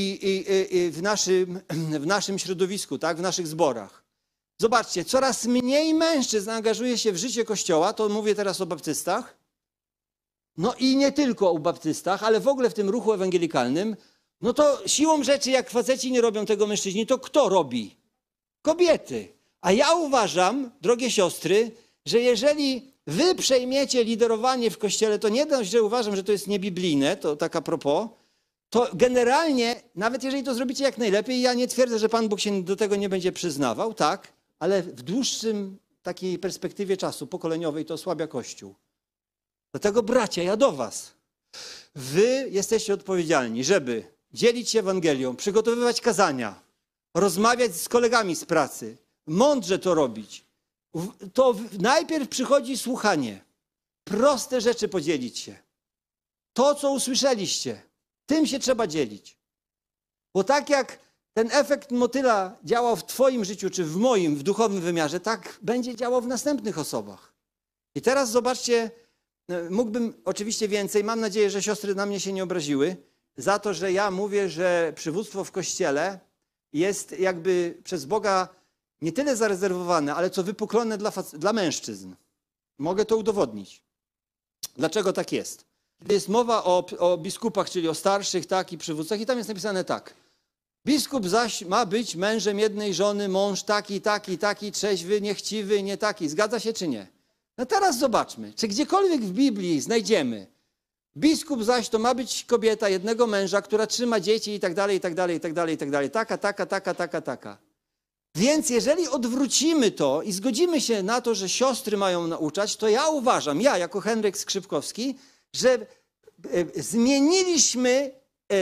w naszym środowisku, tak? W naszych zborach. Zobaczcie, coraz mniej mężczyzn angażuje się w życie Kościoła, to mówię teraz o baptystach, no i nie tylko o baptystach, ale w ogóle w tym ruchu ewangelikalnym, no to siłą rzeczy, jak faceci nie robią tego mężczyźni, to kto robi? Kobiety. A ja uważam, drogie siostry, że jeżeli wy przejmiecie liderowanie w Kościele, to nie dość, że uważam, że to jest niebiblijne, to tak a propos, to generalnie, nawet jeżeli to zrobicie jak najlepiej, ja nie twierdzę, że Pan Bóg się do tego nie będzie przyznawał, tak, ale w dłuższym takiej perspektywie czasu pokoleniowej to osłabia Kościół. Dlatego bracia, ja do was. Wy jesteście odpowiedzialni, żeby dzielić się Ewangelią, przygotowywać kazania, rozmawiać z kolegami z pracy, mądrze to robić. To najpierw przychodzi słuchanie. Proste rzeczy podzielić się. To, co usłyszeliście, tym się trzeba dzielić. Bo tak jak ten efekt motyla działał w twoim życiu, czy w moim, w duchowym wymiarze, tak będzie działał w następnych osobach. I teraz zobaczcie, mógłbym oczywiście więcej, mam nadzieję, że siostry na mnie się nie obraziły, za to, że ja mówię, że przywództwo w Kościele jest jakby przez Boga nie tyle zarezerwowane, ale co wypuklone dla mężczyzn. Mogę to udowodnić. Dlaczego tak jest? Jest mowa o biskupach, czyli o starszych, tak, i przywódcach, i tam jest napisane tak. Biskup zaś ma być mężem jednej żony, mąż taki, taki, taki, trzeźwy, niechciwy, nie taki. Zgadza się czy nie? No teraz zobaczmy, czy gdziekolwiek w Biblii znajdziemy biskup zaś to ma być kobieta jednego męża, która trzyma dzieci i tak dalej, i tak dalej, i tak dalej, i tak dalej. Taka, taka, taka, taka, taka. Więc jeżeli odwrócimy to i zgodzimy się na to, że siostry mają nauczać, to ja uważam, ja jako Henryk Skrzypkowski, że zmieniliśmy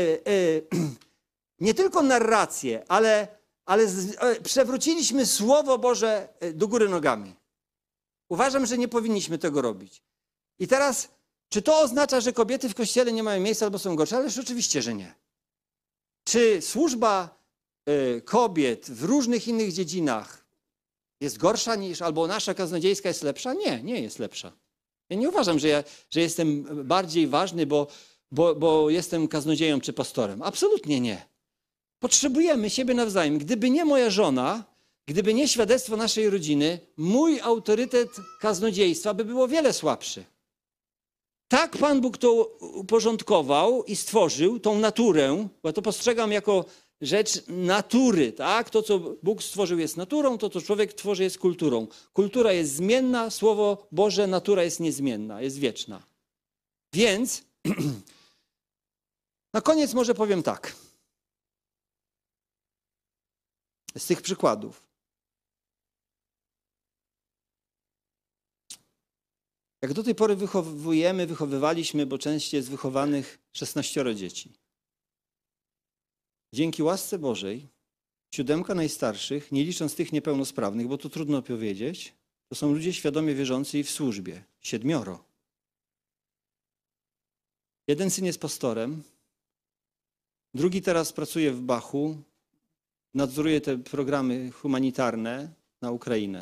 nie tylko narrację, ale przewróciliśmy Słowo Boże do góry nogami. Uważam, że nie powinniśmy tego robić. I teraz, czy to oznacza, że kobiety w Kościele nie mają miejsca albo są gorsze? Ależ oczywiście, że nie. Czy służba kobiet w różnych innych dziedzinach jest gorsza niż, albo nasza kaznodziejska jest lepsza? Nie, nie jest lepsza. Ja nie uważam, że jestem bardziej ważny, bo jestem kaznodzieją czy pastorem. Absolutnie nie. Potrzebujemy siebie nawzajem. Gdyby nie moja żona, gdyby nie świadectwo naszej rodziny, mój autorytet kaznodziejstwa by było wiele słabszy. Tak Pan Bóg to uporządkował i stworzył, tą naturę, bo ja to postrzegam jako rzecz natury, tak? To, co Bóg stworzył, jest naturą, to, co człowiek tworzy, jest kulturą. Kultura jest zmienna, Słowo Boże, natura jest niezmienna, jest wieczna. Więc na koniec może powiem tak. Z tych przykładów. Jak do tej pory wychowywaliśmy, bo częściej jest wychowanych 16 dzieci. Dzięki łasce Bożej 7 najstarszych, nie licząc tych niepełnosprawnych, bo to trudno powiedzieć, to są ludzie świadomie wierzący i w służbie. 7. Jeden syn jest pastorem, drugi teraz pracuje w Bachu, nadzoruje te programy humanitarne na Ukrainę.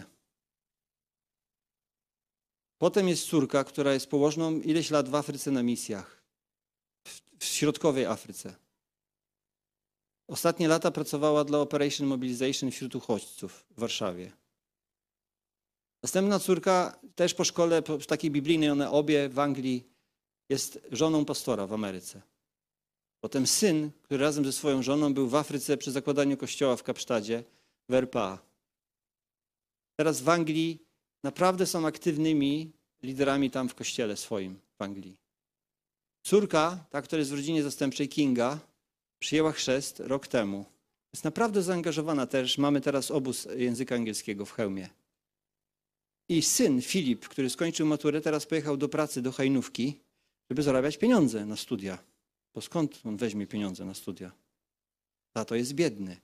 Potem jest córka, która jest położną ileś lat w Afryce na misjach, w środkowej Afryce. Ostatnie lata pracowała dla Operation Mobilization wśród uchodźców w Warszawie. Następna córka, też po szkole takiej biblijnej, one obie w Anglii, jest żoną pastora w Ameryce. Potem syn, który razem ze swoją żoną był w Afryce przy zakładaniu kościoła w Kapsztadzie, w RPA. Teraz w Anglii naprawdę są aktywnymi liderami tam w kościele swoim w Anglii. Córka, ta, która jest w rodzinie zastępczej, Kinga, przyjęła chrzest rok temu. Jest naprawdę zaangażowana też. Mamy teraz obóz języka angielskiego w Chełmie. I syn, Filip, który skończył maturę, teraz pojechał do pracy do Hajnówki, żeby zarabiać pieniądze na studia. Bo skąd on weźmie pieniądze na studia? Tato jest biedny.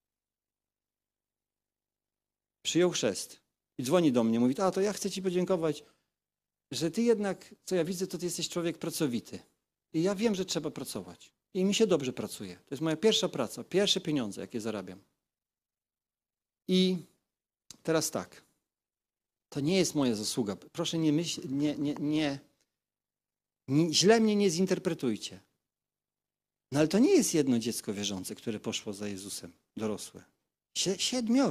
Przyjął chrzest i dzwoni do mnie, mówi: tato, ja chcę ci podziękować, że ty jednak, co ja widzę, to ty jesteś człowiek pracowity. I ja wiem, że trzeba pracować. I mi się dobrze pracuje. To jest moja pierwsza praca, pierwsze pieniądze, jakie zarabiam. I teraz tak. To nie jest moja zasługa. Proszę nie myśleć, źle mnie nie zinterpretujcie. No ale to nie jest jedno dziecko wierzące, które poszło za Jezusem, dorosłe. 7.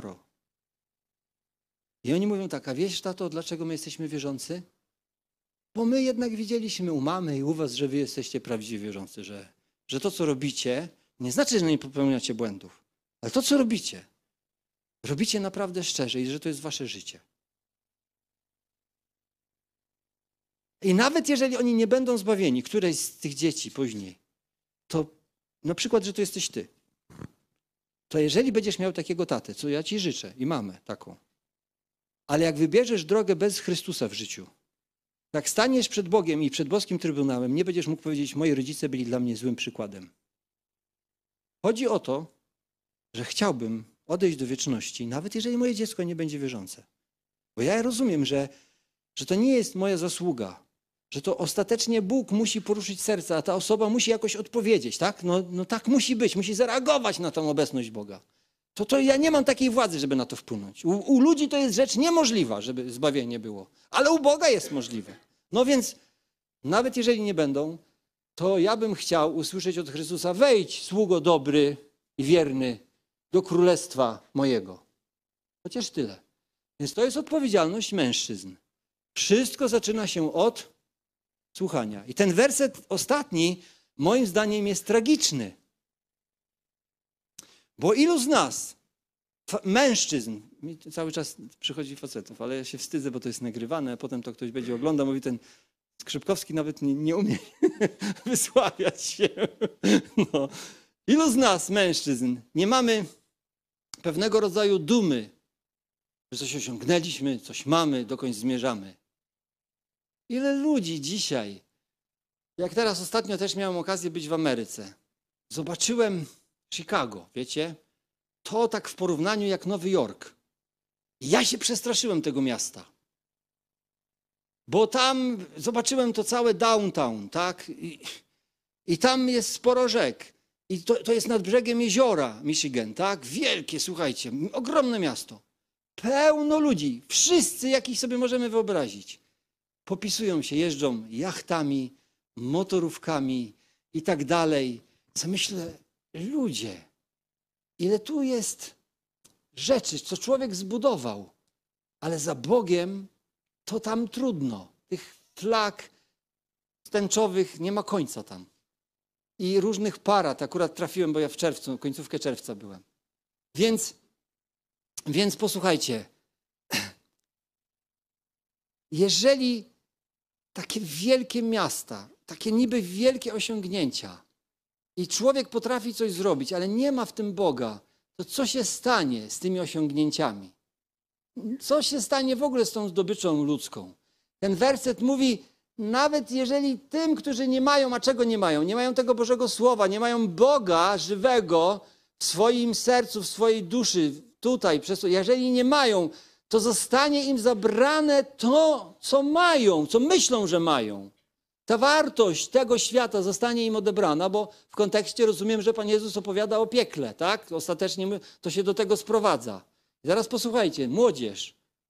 I oni mówią tak: a wiesz, tato, dlaczego my jesteśmy wierzący? Bo my jednak widzieliśmy u mamy i u was, że wy jesteście prawdziwi wierzący, że to, co robicie, nie znaczy, że nie popełniacie błędów, ale to, co robicie naprawdę szczerze i że to jest wasze życie. I nawet jeżeli oni nie będą zbawieni, któreś z tych dzieci później, to na przykład, że to jesteś ty, to jeżeli będziesz miał takiego tatę, co ja ci życzę i mamę taką, ale jak wybierzesz drogę bez Chrystusa w życiu, jak staniesz przed Bogiem i przed boskim Trybunałem, nie będziesz mógł powiedzieć: moi rodzice byli dla mnie złym przykładem. Chodzi o to, że chciałbym odejść do wieczności, nawet jeżeli moje dziecko nie będzie wierzące. Bo ja rozumiem, że to nie jest moja zasługa, że to ostatecznie Bóg musi poruszyć serce, a ta osoba musi jakoś odpowiedzieć, tak? No tak musi być, musi zareagować na tą obecność Boga. To ja nie mam takiej władzy, żeby na to wpłynąć. U ludzi to jest rzecz niemożliwa, żeby zbawienie było, ale u Boga jest możliwe. No więc nawet jeżeli nie będą, to ja bym chciał usłyszeć od Chrystusa: wejdź, sługo dobry i wierny, do królestwa mojego. Chociaż tyle. Więc to jest odpowiedzialność mężczyzn. Wszystko zaczyna się od słuchania. I ten werset ostatni moim zdaniem jest tragiczny. Bo ilu z nas, mężczyzn, mi cały czas przychodzi facetów, ale ja się wstydzę, bo to jest nagrywane, a potem to ktoś będzie oglądał, mówi: ten Skrzypkowski nawet nie umie wysławiać się. No. Ilu z nas, mężczyzn, nie mamy pewnego rodzaju dumy, że coś osiągnęliśmy, coś mamy, dokądś zmierzamy. Ile ludzi dzisiaj, jak teraz ostatnio też miałem okazję być w Ameryce, zobaczyłem Chicago, wiecie? To tak w porównaniu jak Nowy Jork. Ja się przestraszyłem tego miasta. Bo tam zobaczyłem to całe downtown, tak? I tam jest sporo rzek. I to jest nad brzegiem jeziora Michigan, tak? Wielkie, słuchajcie, ogromne miasto. Pełno ludzi, wszyscy, jakich sobie możemy wyobrazić. Popisują się, jeżdżą jachtami, motorówkami i tak dalej. Co myślę, ludzie, ile tu jest rzeczy, co człowiek zbudował, ale za Bogiem to tam trudno. Tych flag tęczowych nie ma końca tam. I różnych parad, akurat trafiłem, bo ja w czerwcu, końcówkę czerwca byłem. Więc posłuchajcie, jeżeli takie wielkie miasta, takie niby wielkie osiągnięcia i człowiek potrafi coś zrobić, ale nie ma w tym Boga, to co się stanie z tymi osiągnięciami? Co się stanie w ogóle z tą zdobyczą ludzką? Ten werset mówi, nawet jeżeli tym, którzy nie mają, a czego nie mają? Nie mają tego Bożego Słowa, nie mają Boga żywego w swoim sercu, w swojej duszy, tutaj. Jeżeli nie mają, to zostanie im zabrane to, co mają, co myślą, że mają. Ta wartość tego świata zostanie im odebrana, bo w kontekście rozumiem, że Pan Jezus opowiada o piekle, tak? Ostatecznie to się do tego sprowadza. I zaraz posłuchajcie, młodzież,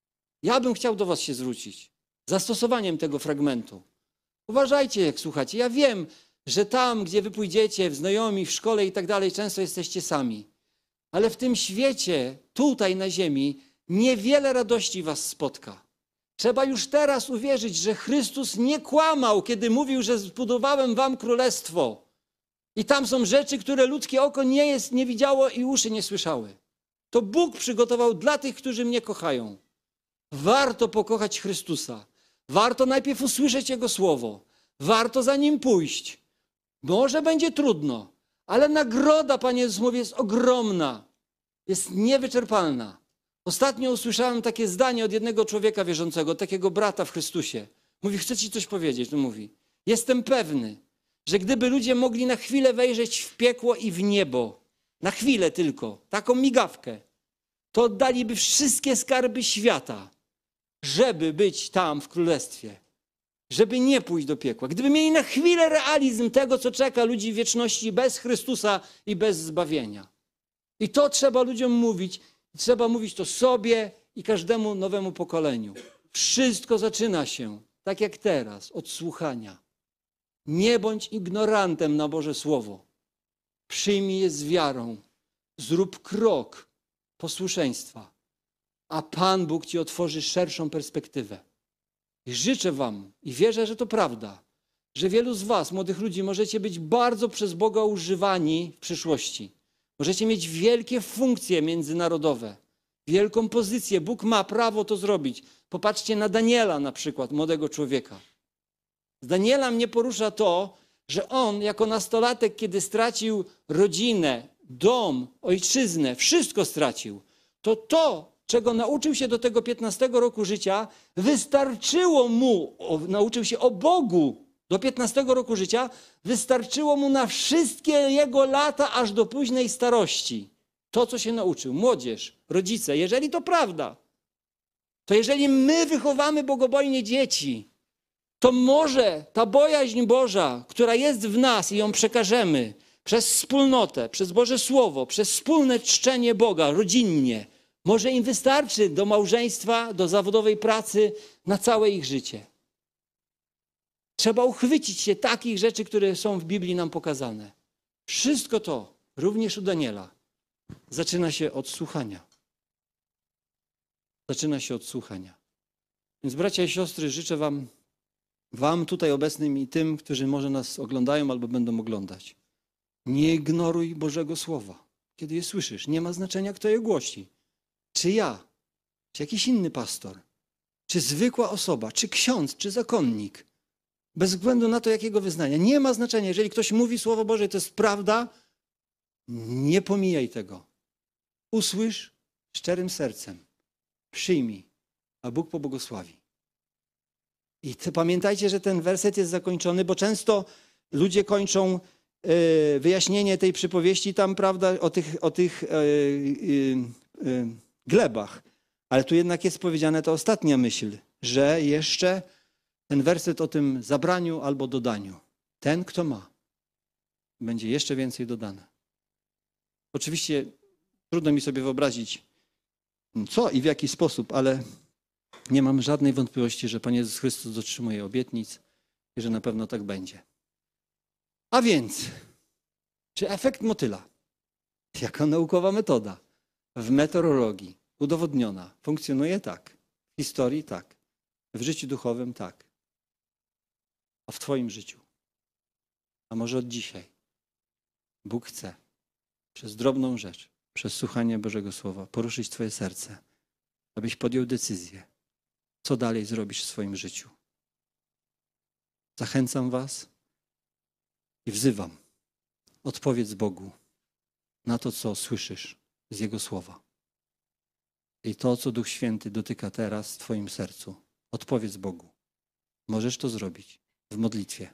ja bym chciał do was się zwrócić zastosowaniem tego fragmentu. Uważajcie, jak słuchacie. Ja wiem, że tam, gdzie wy pójdziecie, w znajomi, w szkole i tak dalej, często jesteście sami. Ale w tym świecie, tutaj na ziemi, niewiele radości was spotka. Trzeba już teraz uwierzyć, że Chrystus nie kłamał, kiedy mówił, że zbudowałem wam królestwo. I tam są rzeczy, które ludzkie oko nie widziało i uszy nie słyszały. To Bóg przygotował dla tych, którzy mnie kochają. Warto pokochać Chrystusa. Warto najpierw usłyszeć Jego słowo. Warto za Nim pójść. Może będzie trudno, ale nagroda, Panie Jezus mówi, jest ogromna. Jest niewyczerpalna. Ostatnio usłyszałem takie zdanie od jednego człowieka wierzącego, takiego brata w Chrystusie. Mówi, chcę ci coś powiedzieć. No mówi, jestem pewny, że gdyby ludzie mogli na chwilę wejrzeć w piekło i w niebo, na chwilę tylko, taką migawkę, to oddaliby wszystkie skarby świata, żeby być tam w królestwie, żeby nie pójść do piekła. Gdyby mieli na chwilę realizm tego, co czeka ludzi w wieczności bez Chrystusa i bez zbawienia. I to trzeba ludziom mówić. Trzeba mówić to sobie i każdemu nowemu pokoleniu. Wszystko zaczyna się, tak jak teraz, od słuchania. Nie bądź ignorantem na Boże Słowo. Przyjmij je z wiarą. Zrób krok posłuszeństwa. A Pan Bóg ci otworzy szerszą perspektywę. I życzę wam, i wierzę, że to prawda, że wielu z was, młodych ludzi, możecie być bardzo przez Boga używani w przyszłości. Możecie mieć wielkie funkcje międzynarodowe, wielką pozycję. Bóg ma prawo to zrobić. Popatrzcie na Daniela na przykład, młodego człowieka. Z Daniela mnie porusza to, że on jako nastolatek, kiedy stracił rodzinę, dom, ojczyznę, wszystko stracił, to, czego nauczył się do tego 15 roku życia, wystarczyło mu, nauczył się o Bogu do 15 roku życia, wystarczyło mu na wszystkie jego lata, aż do późnej starości. To, co się nauczył. Młodzież, rodzice, jeżeli to prawda, to jeżeli my wychowamy bogobojnie dzieci, to może ta bojaźń Boża, która jest w nas i ją przekażemy przez wspólnotę, przez Boże Słowo, przez wspólne czczenie Boga rodzinnie, może im wystarczy do małżeństwa, do zawodowej pracy, na całe ich życie. Trzeba uchwycić się takich rzeczy, które są w Biblii nam pokazane. Wszystko to, również u Daniela, zaczyna się od słuchania. Zaczyna się od słuchania. Więc bracia i siostry, życzę wam tutaj obecnym i tym, którzy może nas oglądają albo będą oglądać. Nie ignoruj Bożego Słowa, kiedy je słyszysz. Nie ma znaczenia, kto je głosi. Czy ja, czy jakiś inny pastor, czy zwykła osoba, czy ksiądz, czy zakonnik. Bez względu na to, jakiego wyznania. Nie ma znaczenia. Jeżeli ktoś mówi Słowo Boże, to jest prawda, nie pomijaj tego. Usłysz szczerym sercem. Przyjmij, a Bóg pobłogosławi. I pamiętajcie, że ten werset jest zakończony, bo często ludzie kończą wyjaśnienie tej przypowieści tam, prawda, o tych glebach. Ale tu jednak jest powiedziane ta ostatnia myśl, że jeszcze ten werset o tym zabraniu albo dodaniu. Ten, kto ma, będzie jeszcze więcej dodane. Oczywiście trudno mi sobie wyobrazić, co i w jaki sposób, ale nie mam żadnej wątpliwości, że Pan Jezus Chrystus dotrzymuje obietnic i że na pewno tak będzie. A więc, czy efekt motyla, jako naukowa metoda w meteorologii udowodniona, funkcjonuje tak, w historii tak, w życiu duchowym tak, a w Twoim życiu? A może od dzisiaj Bóg chce przez drobną rzecz, przez słuchanie Bożego Słowa poruszyć Twoje serce, abyś podjął decyzję, co dalej zrobisz w swoim życiu. Zachęcam Was i wzywam. Odpowiedz Bogu na to, co słyszysz z Jego Słowa. I to, co Duch Święty dotyka teraz w Twoim sercu. Odpowiedz Bogu. Możesz to zrobić w modlitwie.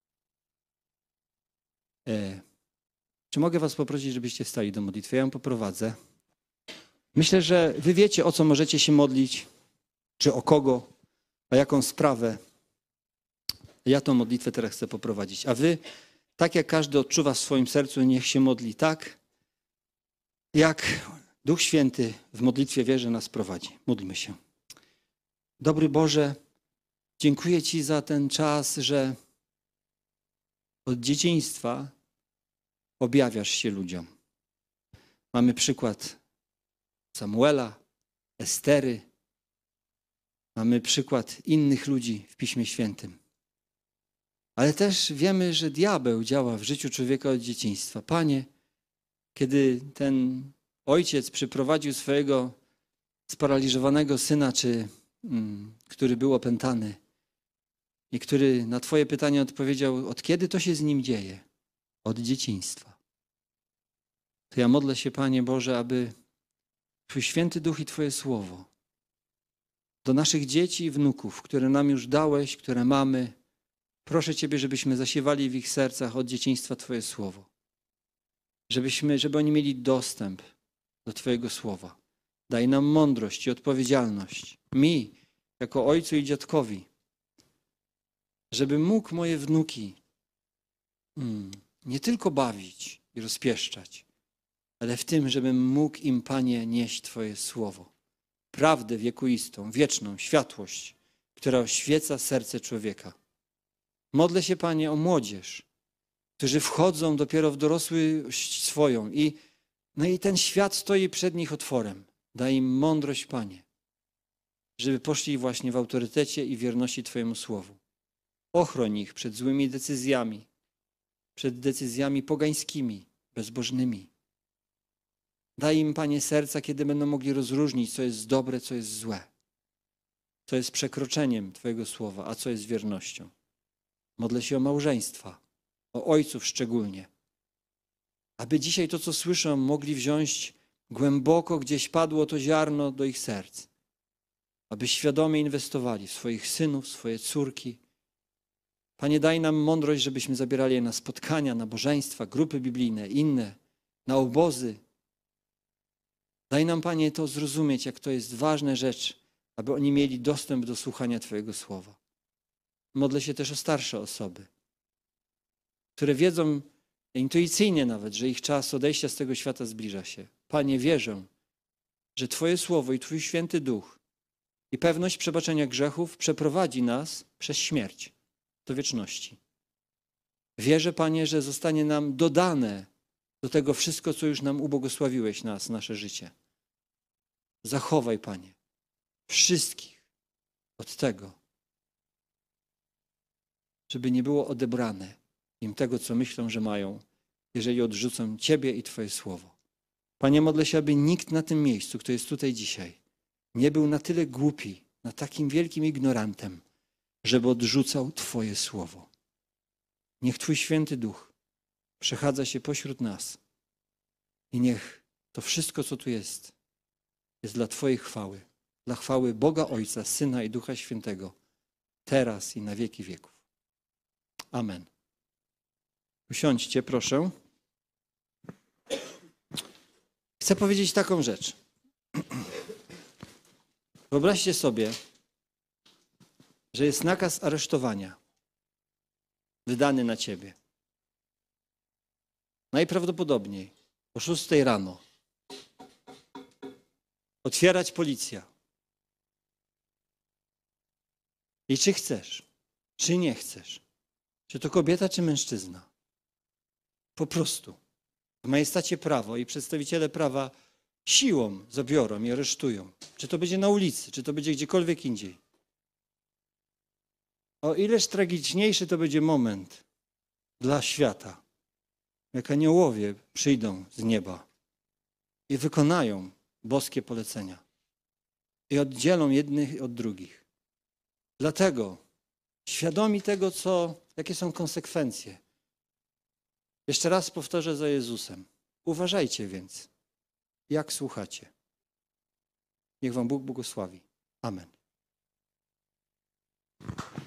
Czy mogę Was poprosić, żebyście wstali do modlitwy? Ja ją poprowadzę. Myślę, że Wy wiecie, o co możecie się modlić, czy o kogo, o jaką sprawę. Ja tą modlitwę teraz chcę poprowadzić. A Wy, tak jak każdy odczuwa w swoim sercu, niech się modli tak, jak Duch Święty w modlitwie wierzy nas prowadzi. Módlmy się. Dobry Boże, dziękuję Ci za ten czas, że od dzieciństwa objawiasz się ludziom. Mamy przykład Samuela, Estery. Mamy przykład innych ludzi w Piśmie Świętym. Ale też wiemy, że diabeł działa w życiu człowieka od dzieciństwa. Panie, kiedy ten ojciec przyprowadził swojego sparaliżowanego syna, który był opętany i który na Twoje pytanie odpowiedział, od kiedy to się z nim dzieje? Od dzieciństwa. To ja modlę się, Panie Boże, aby Twój Święty Duch i Twoje Słowo do naszych dzieci i wnuków, które nam już dałeś, które mamy, proszę Ciebie, żebyśmy zasiewali w ich sercach od dzieciństwa Twoje Słowo. Żeby oni mieli dostęp do Twojego Słowa. Daj nam mądrość i odpowiedzialność. Mi, jako ojcu i dziadkowi, żeby mógł moje wnuki nie tylko bawić i rozpieszczać, ale w tym, żebym mógł im, Panie, nieść Twoje Słowo. Prawdę wiekuistą, wieczną, światłość, która oświeca serce człowieka. Modlę się, Panie, o młodzież, którzy wchodzą dopiero w dorosłość swoją i ten świat stoi przed nich otworem. Daj im mądrość, Panie, żeby poszli właśnie w autorytecie i wierności Twojemu Słowu. Ochroń ich przed złymi decyzjami, przed decyzjami pogańskimi, bezbożnymi. Daj im, Panie, serca, kiedy będą mogli rozróżnić, co jest dobre, co jest złe, co jest przekroczeniem Twojego Słowa, a co jest wiernością. Modlę się o małżeństwa, o ojców szczególnie, aby dzisiaj to, co słyszą, mogli wziąć głęboko, gdzieś padło to ziarno do ich serc, aby świadomie inwestowali w swoich synów, swoje córki. Panie, daj nam mądrość, żebyśmy zabierali je na spotkania, nabożeństwa, grupy biblijne, inne, na obozy. Daj nam, Panie, to zrozumieć, jak to jest ważna rzecz, aby oni mieli dostęp do słuchania Twojego Słowa. Modlę się też o starsze osoby, które wiedzą intuicyjnie nawet, że ich czas odejścia z tego świata zbliża się. Panie, wierzę, że Twoje Słowo i Twój Święty Duch i pewność przebaczenia grzechów przeprowadzi nas przez śmierć do wieczności. Wierzę, Panie, że zostanie nam dodane do tego wszystko, co już nam ubłogosławiłeś nasze życie. Zachowaj, Panie, wszystkich od tego, żeby nie było odebrane im tego, co myślą, że mają, jeżeli odrzucą Ciebie i Twoje Słowo. Panie, modlę się, aby nikt na tym miejscu, kto jest tutaj dzisiaj, nie był na tyle głupi, na takim wielkim ignorantem, żeby odrzucał Twoje Słowo. Niech Twój Święty Duch przechadza się pośród nas i niech to wszystko, co tu jest dla Twojej chwały. Dla chwały Boga Ojca, Syna i Ducha Świętego. Teraz i na wieki wieków. Amen. Usiądźcie, proszę. Chcę powiedzieć taką rzecz. Wyobraźcie sobie, że jest nakaz aresztowania wydany na ciebie. Najprawdopodobniej o 6 rano. Otwierać policja. I czy chcesz, czy nie chcesz, czy to kobieta, czy mężczyzna, po prostu w majestacie prawa i przedstawiciele prawa siłą zabiorą i aresztują. Czy to będzie na ulicy, czy to będzie gdziekolwiek indziej. O ileż tragiczniejszy to będzie moment dla świata, jak aniołowie przyjdą z nieba i wykonają boskie polecenia i oddzielą jednych od drugich. Dlatego, świadomi tego, jakie są konsekwencje, jeszcze raz powtórzę za Jezusem. Uważajcie więc, jak słuchacie. Niech wam Bóg błogosławi. Amen.